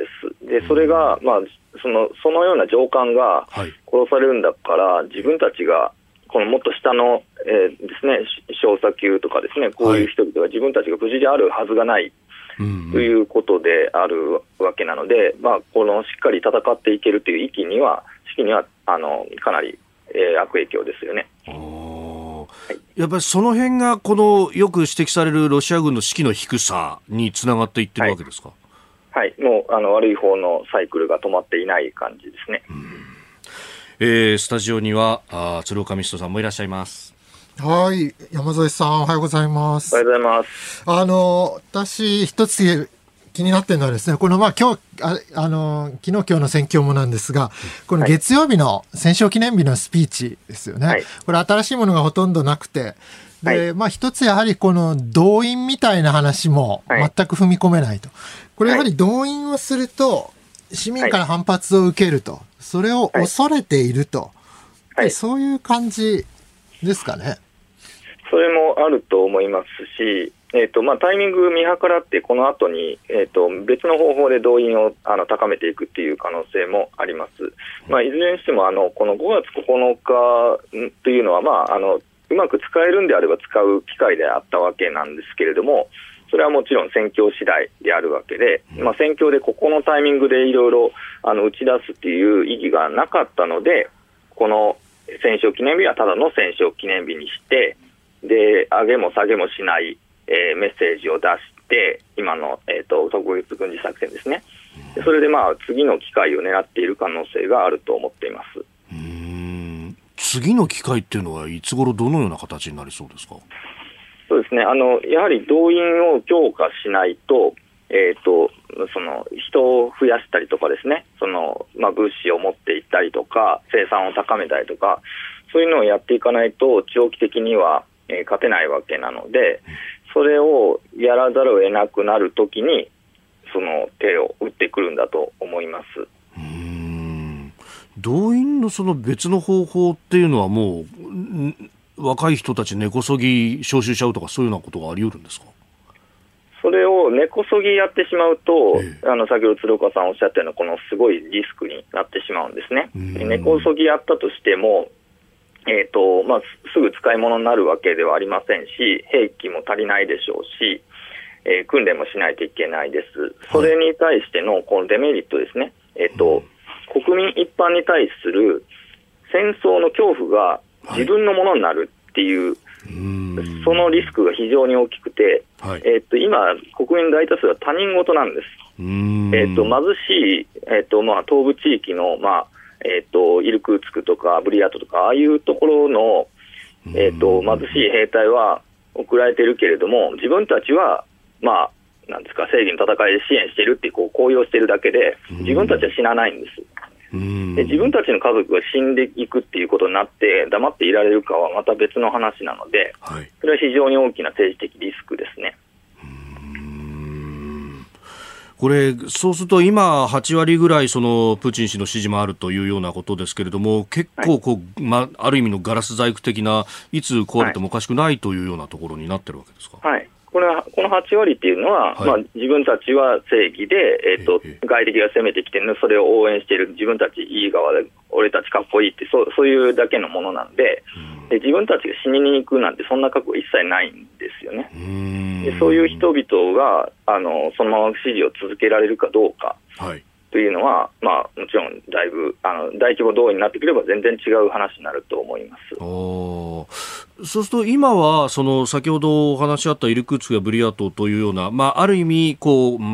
でそれが、まあ、その、そのような上官が殺されるんだから、はい、自分たちがこのもっと下の、えーですね、少佐級とかですね、こういう人々が自分たちが無事であるはずがない、はい、ということであるわけなので、まあ、このしっかり戦っていけるという域には、士気にはあのかなり、えー、悪影響ですよね。 はい、やっぱりその辺がこのよく指摘されるロシア軍の士気の低さにつながっていってるわけですか。 はい、はい、もうあの悪い方のサイクルが止まっていない感じですね。 うん、 えー、スタジオにはあ鶴岡道人さんもいらっしゃいます。 はい、山添さんおはようございます。 おはようございます。 あの私一つ気になっているのはですね、このまあ今日ああの昨日今日の選挙もなんですが、この月曜日の戦勝記念日のスピーチですよね、はい、これ新しいものがほとんどなくて、で、はい、まあ一つやはりこの動員みたいな話も全く踏み込めないと、はい、これやはり動員をすると市民から反発を受けると、それを恐れていると、はい、そういう感じですかね。 それもあると思いますし、えーとまあ、タイミング見計らってこの後に、えーと別の方法で動員をあの高めていくっていう可能性もあります。まあ、いずれにしてもあのこのごがつここのかというのは、まあ、あのうまく使えるんであれば使う機会であったわけなんですけれども、それはもちろん選挙次第であるわけで、まあ、選挙でここのタイミングでいろいろあの打ち出すっていう意義がなかったので、この戦勝記念日はただの戦勝記念日にして、で上げも下げもしない、えー、メッセージを出して今の、えーと、特別軍事作戦ですね。それでまあ次の機会を狙っている可能性があると思っています。 うーん、次の機会っていうのはいつ頃どのような形になりそうですか？ そうですね、あのやはり動員を強化しないと、えーと、その人を増やしたりとかですね、その、まあ、物資を持っていったりとか生産を高めたりとか、そういうのをやっていかないと長期的にはえー、勝てないわけなので、それをやらざるを得なくなるときにその手を打ってくるんだと思います。 うーん、動員のその別の方法っていうのはもう若い人たち根こそぎ招集しちゃうとかそういうようなことがあり得るんですか？ それを根こそぎやってしまうと、えー、あの先ほど鶴岡さんおっしゃったようなこのすごいリスクになってしまうんですね。根こそぎやったとしてもえーとまあ、すぐ使い物になるわけではありませんし、兵器も足りないでしょうし、えー、訓練もしないといけないです。それに対してのこのデメリットですね、えーとうん、国民一般に対する戦争の恐怖が自分のものになるっていう、はい、そのリスクが非常に大きくて、はい、えーと今国民大多数は他人事なんです。うーん、えーと貧しい、えーとまあ、東部地域の、まあえー、とイルクーツクとかブリヤートとかああいうところの、えー、と貧しい兵隊は送られているけれども、自分たちは、まあ、なんですか、正義の戦いで支援しているってこう高揚しているだけで自分たちは死なないんです。で自分たちの家族が死んでいくっていうことになって黙っていられるかはまた別の話なので、はい、それは非常に大きな政治的リスクですね。 これそうすると今はち割ぐらいそのプーチン氏の支持もあるというようなことですけれども、結構こう、はい、まあ、ある意味のガラス細工的ないつ壊れてもおかしくないというようなところになってるわけですか？ はい、これはこのはち割っていうのは、はい、まあ、自分たちは正義で、えーとええ、外敵が攻めてきてるのそれを応援している、自分たちいい側で俺たちかっこいいってそう、そういうだけのものなんで、うん、で自分たちが死にに行くなんてそんな覚悟一切ないんですよね。うーん、でそういう人々があのそのまま支持を続けられるかどうか、はい、というのは、まあ、もちろんだいぶあの大規模動員になってくれば全然違う話になると思います。 おそうすると今はその先ほどお話しあったイルクーツクやブリヤートというような、まあ、ある意味こう、うん、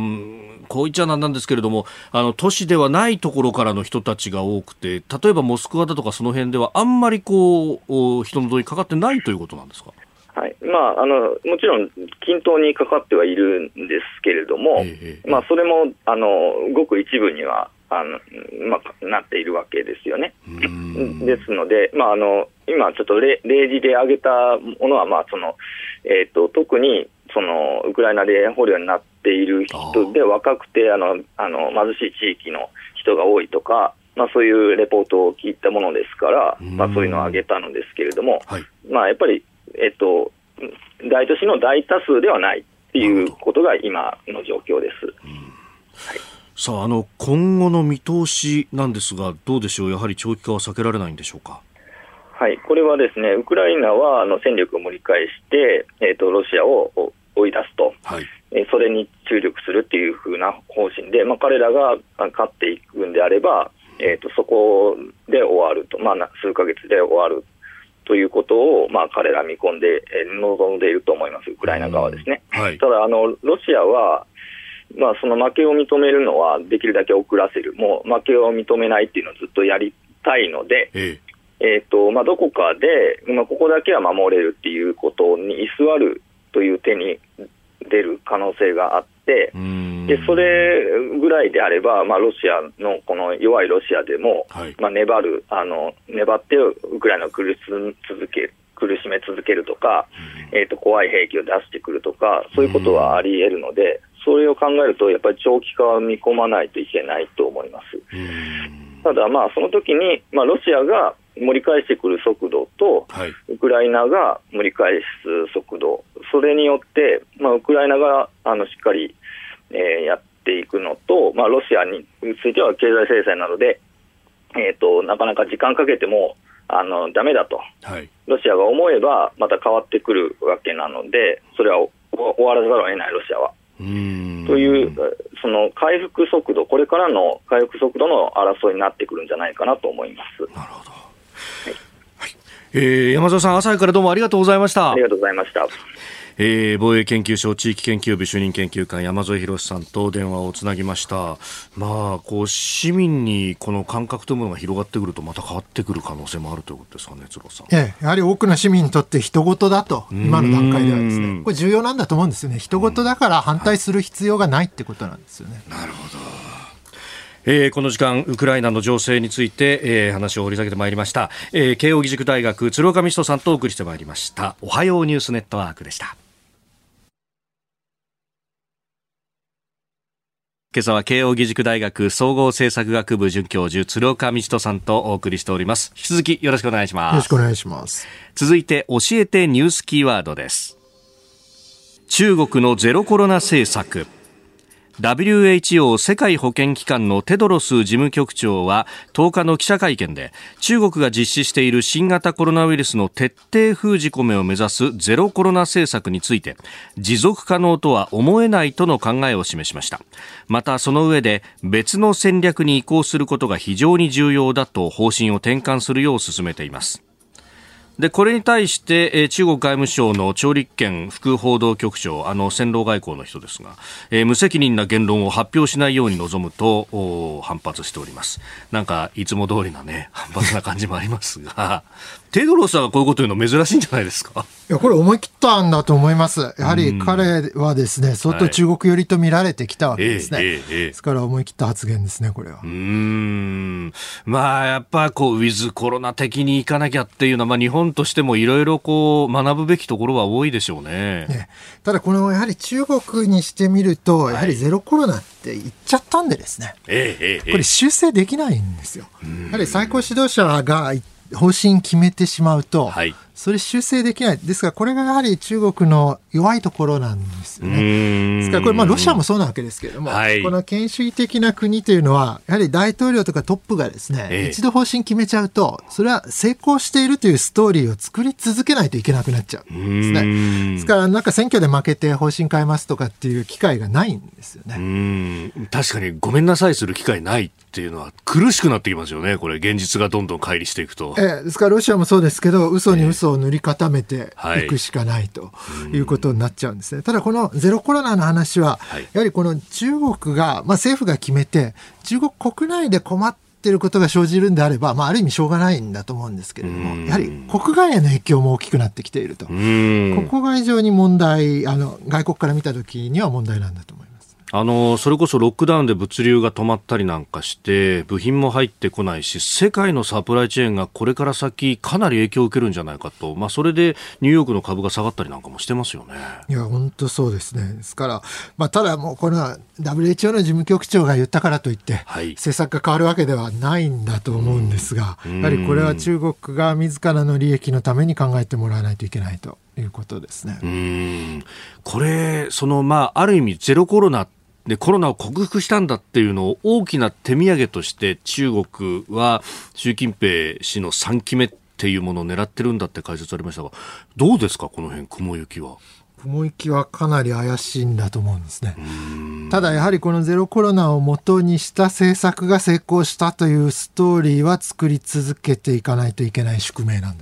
こう言っちゃなんなんですけれども、あの都市ではないところからの人たちが多くて、例えばモスクワだとかその辺ではあんまりこう人の動員かかってないということなんですか？ はい、まあ、あのもちろん均等にかかってはいるんですけれども、ええまあ、それもあのごく一部にはあの、まあ、なっているわけですよね。ですので、まあ、あの今ちょっと例示で挙げたものは、まあそのえー、と特にそのウクライナで捕虜になっている人で若くてあのあの貧しい地域の人が多いとか、まあ、そういうレポートを聞いたものですから、まあ、そういうのを挙げたのですけれども、はい、まあ、やっぱりえっと、大都市の大多数ではないということが今の状況です、うんはい、さあ、あの今後の見通しなんですがどうでしょう。やはり長期化は避けられないんでしょうか？ はい、これはですね、ウクライナはあの戦力を盛り返して、えーと、ロシアを追い出すと、はい、えー、それに注力するというふうな方針で、まあ、彼らが勝っていくんであれば、えーと、そこで終わると、まあ、数ヶ月で終わるということを、まあ、彼ら見込んで、えー、望んでいると思います、ウクライナ側ですね。はい、ただあのロシアは、まあ、その負けを認めるのはできるだけ遅らせる、もう負けを認めないっていうのをずっとやりたいので、 えええーとまあ、どこかで、まあ、ここだけは守れるっていうことに居座るという手に出る可能性があって、でそれぐらいであれば、まあ、ロシアのこの弱いロシアでも、はい、まあ、粘るあの粘ってウクライナを苦し続ける苦しめ続けるとか、えーと、怖い兵器を出してくるとか、そういうことはあり得るので、それを考えるとやっぱり長期化は見込まないといけないと思います。ただ、まあ、その時に、まあ、ロシアが盛り返してくる速度と、はい、ウクライナが盛り返す速度、それによって、まあ、ウクライナがあのしっかり、えー、やっていくのと、まあ、ロシアについては経済制裁なので、えーと、なかなか時間かけてもあのダメだと、はい、ロシアが思えばまた変わってくるわけなので、それは終わらざるを得ない、ロシアは。うーんというその回復速度、これからの回復速度の争いになってくるんじゃないかなと思います。 なるほど、はいはい。えー、山添さん、朝からどうもありがとうございました。 ありがとうございました。 えー、防衛研究所地域研究部主任研究官山添博史さんと電話をつなぎました。まあ、こう市民にこの感覚というものが広がってくるとまた変わってくる可能性もあるということですかね、鶴さん。 ええ、やはり多くの市民にとって人事だと、今の段階ではですね、これ重要なんだと思うんですよね。人事だから反対する必要がないってことなんですよね。 なるほど。えー、この時間ウクライナの情勢について、えー、話を掘り下げてまいりました。えー、慶應義塾大学鶴岡道人さんとお送りしてまいりました。おはようニュースネットワークでした。今朝は慶應義塾大学総合政策学部准教授鶴岡道人さんとお送りしております。引き続きよろしくお願いします。 よろしくお願いします。 続いて教えてニュースキーワードです。中国のゼロコロナ政策。ダブリューエイチオー 世界保健機関のテドロス事務局長はとおかの記者会見で、中国が実施している新型コロナウイルスの徹底封じ込めを目指すゼロコロナ政策について、持続可能とは思えないとの考えを示しました。またその上で、別の戦略に移行することが非常に重要だと方針を転換するよう進めています。でこれに対して、えー、中国外務省の趙立堅副報道局長、あの戦狼外交の人ですが、えー、無責任な言論を発表しないように望むと反発しております。なんかいつも通りなね、反発な感じもありますがテドロスがこういうこと言うの珍しいんじゃないですか。 いや、これ思い切ったんだと思います。やはり彼はですね、相当中国寄りと見られてきたわけですね、はい、えーえーえー、ですから思い切った発言ですね、これは。 うーん、まあやっぱこうウィズコロナ的にいかなきゃっていうのは、まあ、日本としてもいろいろこう学ぶべきところは多いでしょうね。 ね、ただこのやはり中国にしてみると、やはりゼロコロナって言っちゃったんでですね、はい、これ修正できないんですよ。やはり最高指導者が方針決めてしまうと、はい、それ修正できない。ですからこれがやはり中国の弱いところなんですよね。ですからこれ、まあロシアもそうなわけですけれども、はい、この権威主義的な国というのはやはり大統領とかトップがですね、えー、一度方針決めちゃうと、それは成功しているというストーリーを作り続けないといけなくなっちゃうんですね。ですからなんか選挙で負けて方針変えますとかっていう機会がないんですよね。 うーん、確かにごめんなさいする機会ないっていうのは苦しくなってきますよね。これ現実がどんどん乖離していくと、 えー、ですからロシアもそうですけど、嘘に嘘を塗り固めていくしかないということになっちゃうんですね。ただこのゼロコロナの話は、やはりこの中国が、まあ、政府が決めて中国国内で困っていることが生じるんであれば、まあ、ある意味しょうがないんだと思うんですけれども、やはり国外への影響も大きくなってきていると。ここが非常に問題、あの外国から見たときには問題なんだと思います。 あのそれこそロックダウンで物流が止まったりなんかして部品も入ってこないし、世界のサプライチェーンがこれから先かなり影響を受けるんじゃないかと、まあ、それでニューヨークの株が下がったりなんかもしてますよね。 いや本当そうですね。ですから、まあ、ただもうこの ダブリューエイチオー の事務局長が言ったからといって、はい、政策が変わるわけではないんだと思うんですが、やはりこれは中国が自らの利益のために考えてもらわないといけないということですね。 うーん、これその、まあ、ある意味ゼロコロナでコロナを克服したんだっていうのを大きな手土産として中国は習近平氏のさんきめっていうものを狙ってるんだって解説ありましたが、どうですかこの辺、雲行きは。 雲行きはかなり怪しいんだと思うんですね。ただやはりこのゼロコロナを元にした政策が成功したというストーリーは作り続けていかないといけない宿命なんだと思うんです。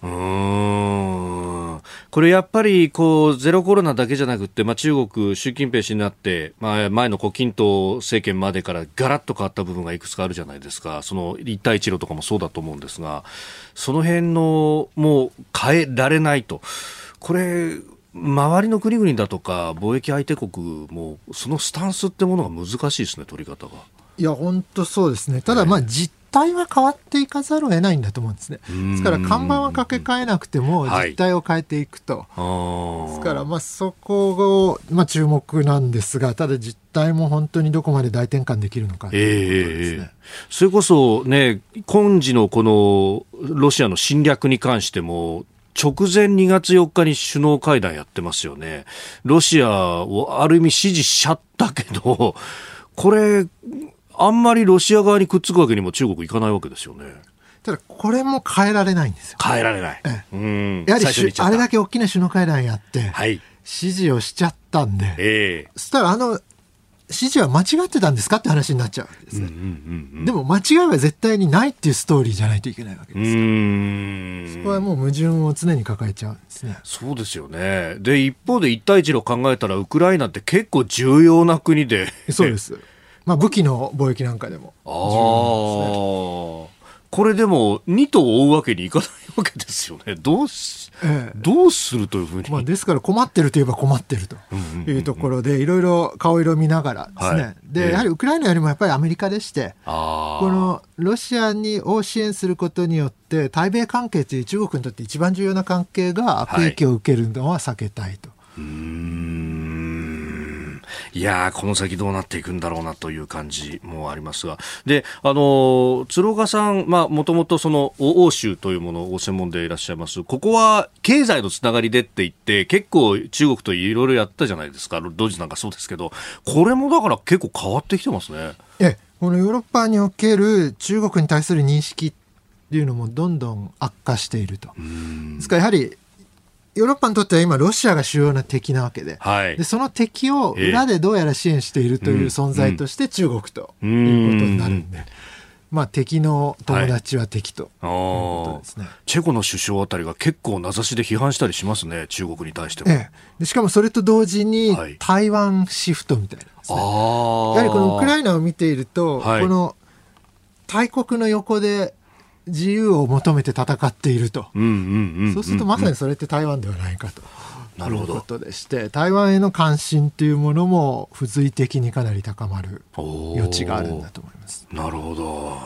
うーん、これやっぱりこうゼロコロナだけじゃなくて、まあ、中国習近平氏になって、まあ、前の胡錦涛政権までからガラッと変わった部分がいくつかあるじゃないですか。その一帯一路とかもそうだと思うんですが、その辺のもう変えられないと、これ周りの国々だとか貿易相手国もそのスタンスってものが難しいですね、取り方が。 いや本当そうですね。ただまあ実態は変わっていかざるを得ないんだと思うんですね。ですから看板は掛け替えなくても実態を変えていくと、はい、ですからまあそこをまあ注目なんですが、ただ実態も本当にどこまで大転換できるのかということですね。えー、 それこそね、今時のこのロシアの侵略に関しても直前にがつよっかに首脳会談やってますよね。ロシアをある意味支持しちゃったけど、これあんまりロシア側にくっつくわけにも中国いかないわけですよね。 ただこれも変えられないんですよ。 変えられない。 ええ、 うん、 やはりあれだけ大きな首脳会談やって、 はい、 支持をしちゃったんで、 ええ、 そしたらあの支持は間違ってたんですかって話になっちゃうわけですね。うんうんうんうん、でも間違いは絶対にないっていうストーリーじゃないといけないわけですから、うーん、そこはもう矛盾を常に抱えちゃうんですね。 そうですよね。で一方で一帯一路考えたらウクライナって結構重要な国でそうですまあ、武器の貿易なんかでも重要なんですね。 これでもに頭追うわけにいかないわけですよね。どうし、ええ、どうするというふうに、 まあ、ですから困ってるといえば困ってるというところでいろいろ顔色見ながらですね、はい、でやはりウクライナよりもやっぱりアメリカでして、あこのロシアにを支援することによって対米関係という中国にとって一番重要な関係が悪影響を受けるのは避けたいと、はい、うーん、いやーこの先どうなっていくんだろうなという感じもありますが、であの鶴岡さん、まあもともとその欧州というものを専門でいらっしゃいます。ここは経済のつながりでって言って結構中国といろいろやったじゃないですか。ドイツなんかそうですけど、これもだから結構変わってきてますね。 えこのヨーロッパにおける中国に対する認識っていうのもどんどん悪化していると。ですからやはりヨーロッパにとっては今ロシアが主要な敵なわけ で,、はい、でその敵を裏でどうやら支援しているという存在として中国ということになるんで、うんまあ、敵の友達は敵ということですね、はい、 チェコの首相あたりが結構名指しで批判したりしますね、中国に対しても、 ええ、でしかもそれと同時に台湾シフトみたいなですね、はい、やはりこのウクライナを見ていると、はい、この大国の横で自由を求めて戦っていると、そうするとまさにそれって台湾ではないかということでして、台湾への関心というものも付随的にかなり高まる余地があるんだと思います。 なるほど。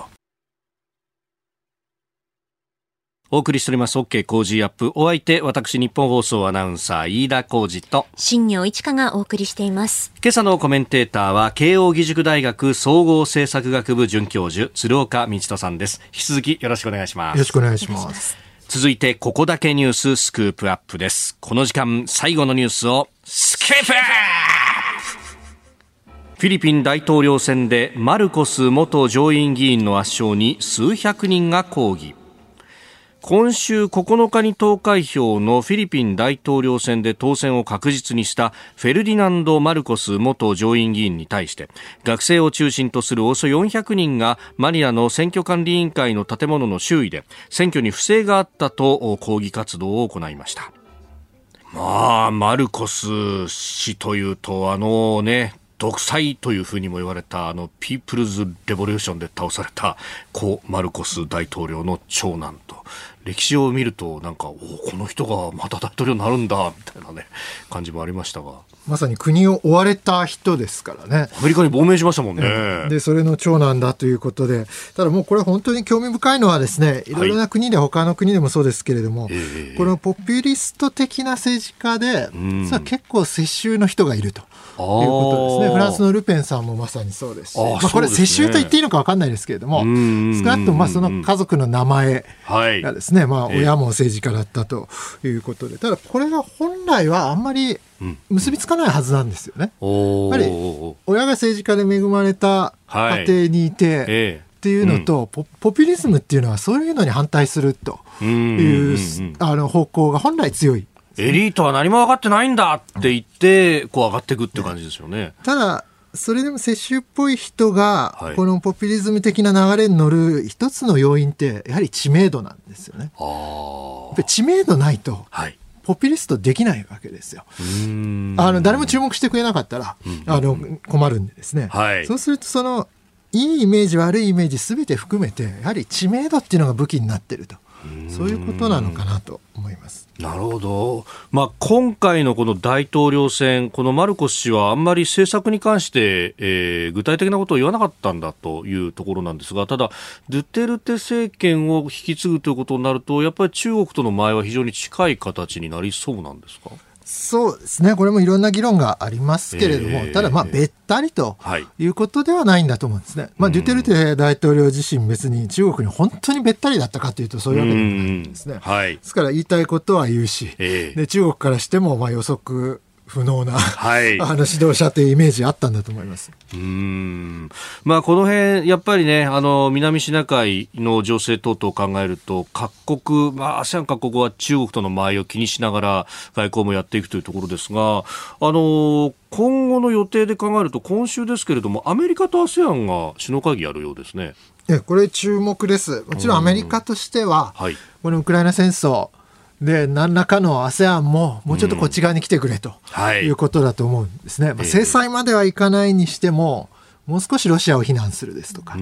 お送りしております OK 工事アップ。お相手私日本放送アナウンサー飯田浩司と新業一華がお送りしています。 今朝のコメンテーターは慶應義塾大学総合政策学部准教授鶴岡道人さんです。引き続きよろしくお願いします。 よろしくお願いします。 続いてここだけニューススクープアップです。この時間最後のニュースをスクープアップ。フィリピン大統領選でマルコス元上院議員の圧勝に数百人が抗議。今週ここのかに投開票のフィリピン大統領選で当選を確実にしたフェルディナンド・マルコス元上院議員に対して学生を中心とするおよそよんひゃくにんがマニラの選挙管理委員会の建物の周囲で選挙に不正があったと抗議活動を行いました。まあマルコス氏というとあのね独裁というふうにも言われたあのピープルズレボリューションで倒された故マルコス大統領の長男と歴史を見るとなんかおこの人がまた大統領になるんだみたいなね感じもありましたが、 まさに国を追われた人ですからね。 アメリカに亡命しましたもんね。 でそれの長男だということで、ただもうこれ本当に興味深いのはですね、いろいろな国で、はい、他の国でもそうですけれども、えー、このポピュリスト的な政治家で実は結構世襲の人がいるということですね。フランスのルペンさんもまさにそうですし、あ、まあ、これ世襲と言っていいのか分かんないですけれども、少なくともまあその家族の名前がですね、はい、まあ、親も政治家だったということで、ただこれが本来はあんまり結びつかないはずなんですよね。やっぱり親が政治家で恵まれた家庭にいて、はい、っていうのと、うん、ポ, ポピュリズムっていうのはそういうのに反対するという、あの方向が本来強い。 エリートは何も分かってないんだって言ってこう上がっていくって感じですよね。 ただそれでも世襲っぽい人が、 はい、 このポピュリズム的な流れに乗る一つの要因って、やはり知名度なんですよね。 あやっぱり知名度ないと、はい、ポピュリストできないわけですよ。うーん、あの誰も注目してくれなかったら、うん、あの困るんでですね、はい、そうするとそのいいイメージ悪いイメージすべて含めてやはり知名度っていうのが武器になっていると、そういうことなのかなと思います。 なるほど、まあ、今回のこの大統領選、このマルコス氏はあんまり政策に関して、えー、具体的なことを言わなかったんだというところなんですが、ただドゥテルテ政権を引き継ぐということになると、やっぱり中国との前は非常に近い形になりそうなんですか。 そうですね、これもいろんな議論がありますけれども、えー、ただまあべったりということではないんだと思うんですね、はい、まあ、デュテルテ大統領自身別に中国に本当にべったりだったかというとそういうわけでもないんですね、はい、ですから言いたいことは言うし、えー、で中国からしてもまあ予測不能な、はい、あの指導者というイメージあったんだと思います。 うーん、まあ、この辺やっぱりね、あの南シナ海の情勢等々を考えると各国、まあ、アセアン 各国は中国との間合いを気にしながら外交もやっていくというところですが、あの今後の予定で考えると今週ですけれどもアメリカと アセアン が首脳会議やるようですね。 これ注目です。もちろんアメリカとしては、はい、このウクライナ戦争で何らかの アセアン ももうちょっとこっち側に来てくれということだと思うんですね、うん、はい、まあ、制裁まではいかないにしてももう少しロシアを非難するですとか、うん、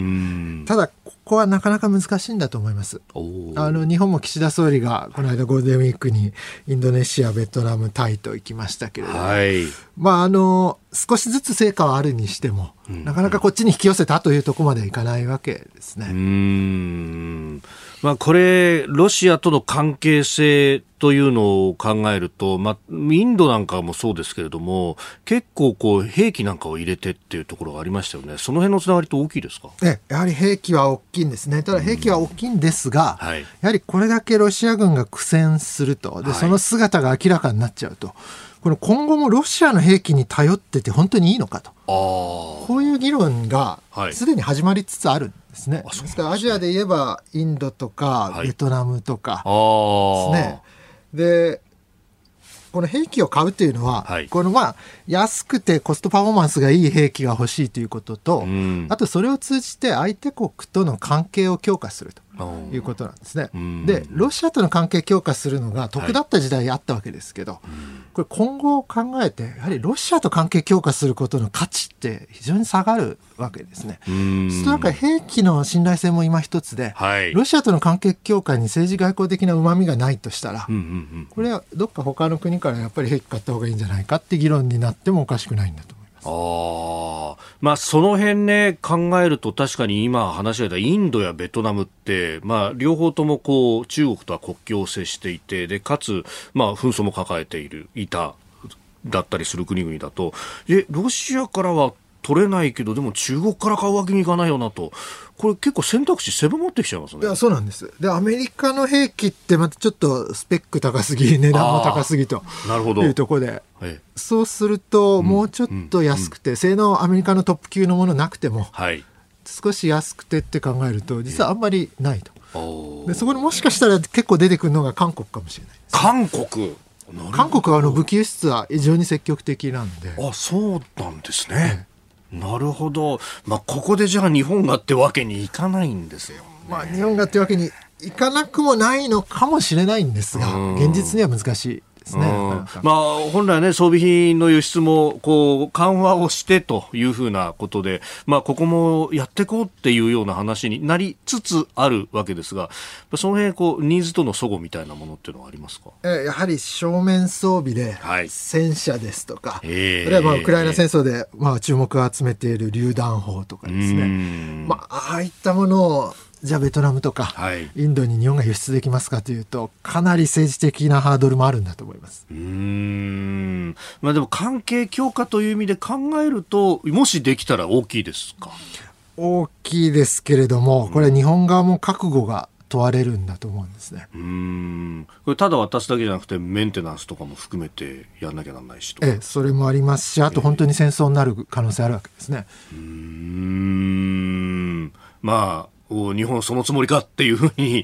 ただここはなかなか難しいんだと思います。あの日本も岸田総理がこの間ゴールデンウィークにインドネシア、ベトナム、タイと行きましたけれども、はい、まあ、あの少しずつ成果はあるにしても、うん、なかなかこっちに引き寄せたというところまではいかないわけですね。うーん、まあ、これロシアとの関係性というのを考えると、まあ、インドなんかもそうですけれども結構こう兵器なんかを入れてっていうところがありましたよね。その辺のつながりと大きいですか。 えやはり兵器は大きいんですね。ただ兵器は大きいんですが、うん、はい、やはりこれだけロシア軍が苦戦すると、でその姿が明らかになっちゃうと、この今後もロシアの兵器に頼ってて本当にいいのかと、あこういう議論がすでに始まりつつあるんですね。はい、ですからアジアで言えばインドとかベトナムとかですね、はい、でこの兵器を買うというのは、はい、このまあ安くてコストパフォーマンスがいい兵器が欲しいということと、うん、あとそれを通じて相手国との関係を強化するということなんですね。でロシアとの関係強化するのが得だった時代あったわけですけど、はい、これ今後を考えてやはりロシアと関係強化することの価値って非常に下がるわけですね。うんそうなんか兵器の信頼性も今一つで、はい、ロシアとの関係強化に政治外交的なうまみがないとしたら、うんうんうん、これはどっか他の国からやっぱり兵器買った方がいいんじゃないかって議論になってもおかしくないんだと思います。 あ、まあ、その辺ね考えると確かに今話が出たインドやベトナムって、まあ、両方ともこう中国とは国境を接していて、でかつ、まあ、紛争も抱えているいただったりする国々だと、でロシアからは取れないけどでも中国から買うわけにいかないよなと、これ結構選択肢狭まってきちゃいますね。 いやそうなんです。でアメリカの兵器ってまたちょっとスペック高すぎ値段も高すぎというところで、はい、そうするともうちょっと安くて、うんうん、性能アメリカのトップ級のものなくても、はい、少し安くてって考えると実はあんまりないと。でそこにもしかしたら結構出てくるのが韓国かもしれないです。 韓国韓国はあの武器輸出は非常に積極的なんで。 あ、そうなんですね。なるほど、まあ、ここでじゃあ日本がってわけにいかないんですよ、ね。 まあ、日本がってわけにいかなくもないのかもしれないんですが、現実には難しいですね。 まあ、本来はね装備品の輸出もこう緩和をしてというふうなことで、まあ、ここもやっていこうっていうような話になりつつあるわけですが、その辺こうニーズとの齟齬みたいなものっていうのはありますか。 やはり正面装備で戦車ですとか、はい、えー、あるいはまあウクライナ戦争でまあ注目を集めている榴弾砲とかですね、まあ、ああいったものをじゃあベトナムとか、はい、インドに日本が輸出できますかというとかなり政治的なハードルもあるんだと思います。 うーん、まあ、でも関係強化という意味で考えるともしできたら大きいですか。 大きいですけれどもこれ日本側も覚悟が問われるんだと思うんですね。 うーん、これただ渡すだけじゃなくてメンテナンスとかも含めてやんなきゃならないしと。 ええ、それもありますし、あと本当に戦争になる可能性あるわけですね。 うーん、まあ日本そのつもりかっていうふうに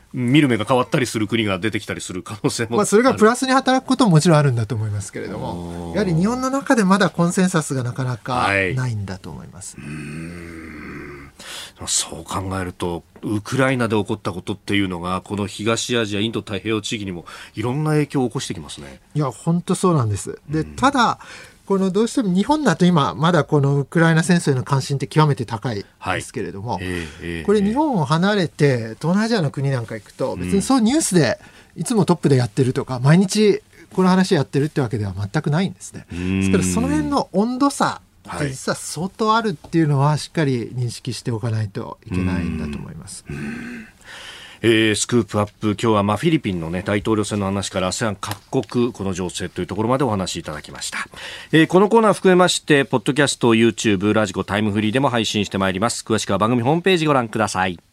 見る目が変わったりする国が出てきたりする可能性も、 まあ、それがプラスに働くことももちろんあるんだと思いますけれども、やはり日本の中でまだコンセンサスがなかなかないんだと思います、はい、うーんそう考えるとウクライナで起こったことっていうのがこの東アジアインド太平洋地域にもいろんな影響を起こしてきますね。 いや本当そうなんです。でただこのどうしても日本だと今まだこのウクライナ戦争への関心って極めて高いですけれども、はいえーえー、これ日本を離れて東南アジアの国なんか行くと別にそうニュースでいつもトップでやってるとか毎日この話やってるってわけでは全くないんですね。ですからその辺の温度差って実は相当あるっていうのはしっかり認識しておかないといけないんだと思います。 えー、スクープアップ今日はまあフィリピンの、ね、大統領選の話から アセアン 各国この情勢というところまでお話しいただきました、えー、このコーナー含めましてポッドキャスト YouTube ラジコタイムフリーでも配信してまいります。詳しくは番組ホームページご覧ください。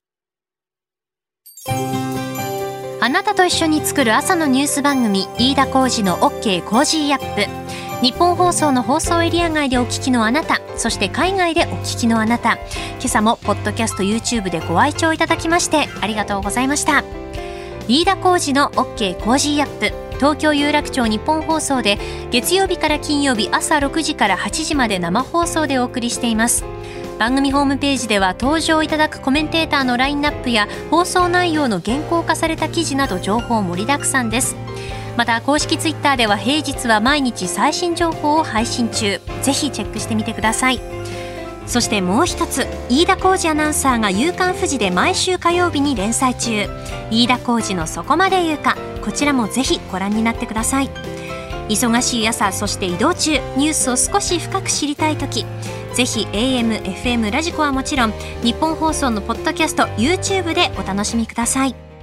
あなたと一緒に作る朝のニュース番組飯田浩司の OK コージーアップ。日本放送の放送エリア外でお聞きのあなた、そして海外でお聞きのあなた、今朝もポッドキャスト YouTube でご愛聴いただきましてありがとうございました。飯田浩司の OK コージーアップ、東京有楽町日本放送で月曜日から金曜日朝ろくじからはちじまで生放送でお送りしています。番組ホームページでは登場いただくコメンテーターのラインナップや放送内容の原稿化された記事など情報盛りだくさんです。また公式ツイッターでは平日は毎日最新情報を配信中、ぜひチェックしてみてください。そしてもう一つ、飯田浩司アナウンサーが夕刊フジで毎週火曜日に連載中、飯田浩司のそこまで言うか、こちらもぜひご覧になってください。忙しい朝、そして移動中、ニュースを少し深く知りたいとき、ぜひ エーエム、エフエム ラジコはもちろん日本放送のポッドキャスト YouTube でお楽しみください。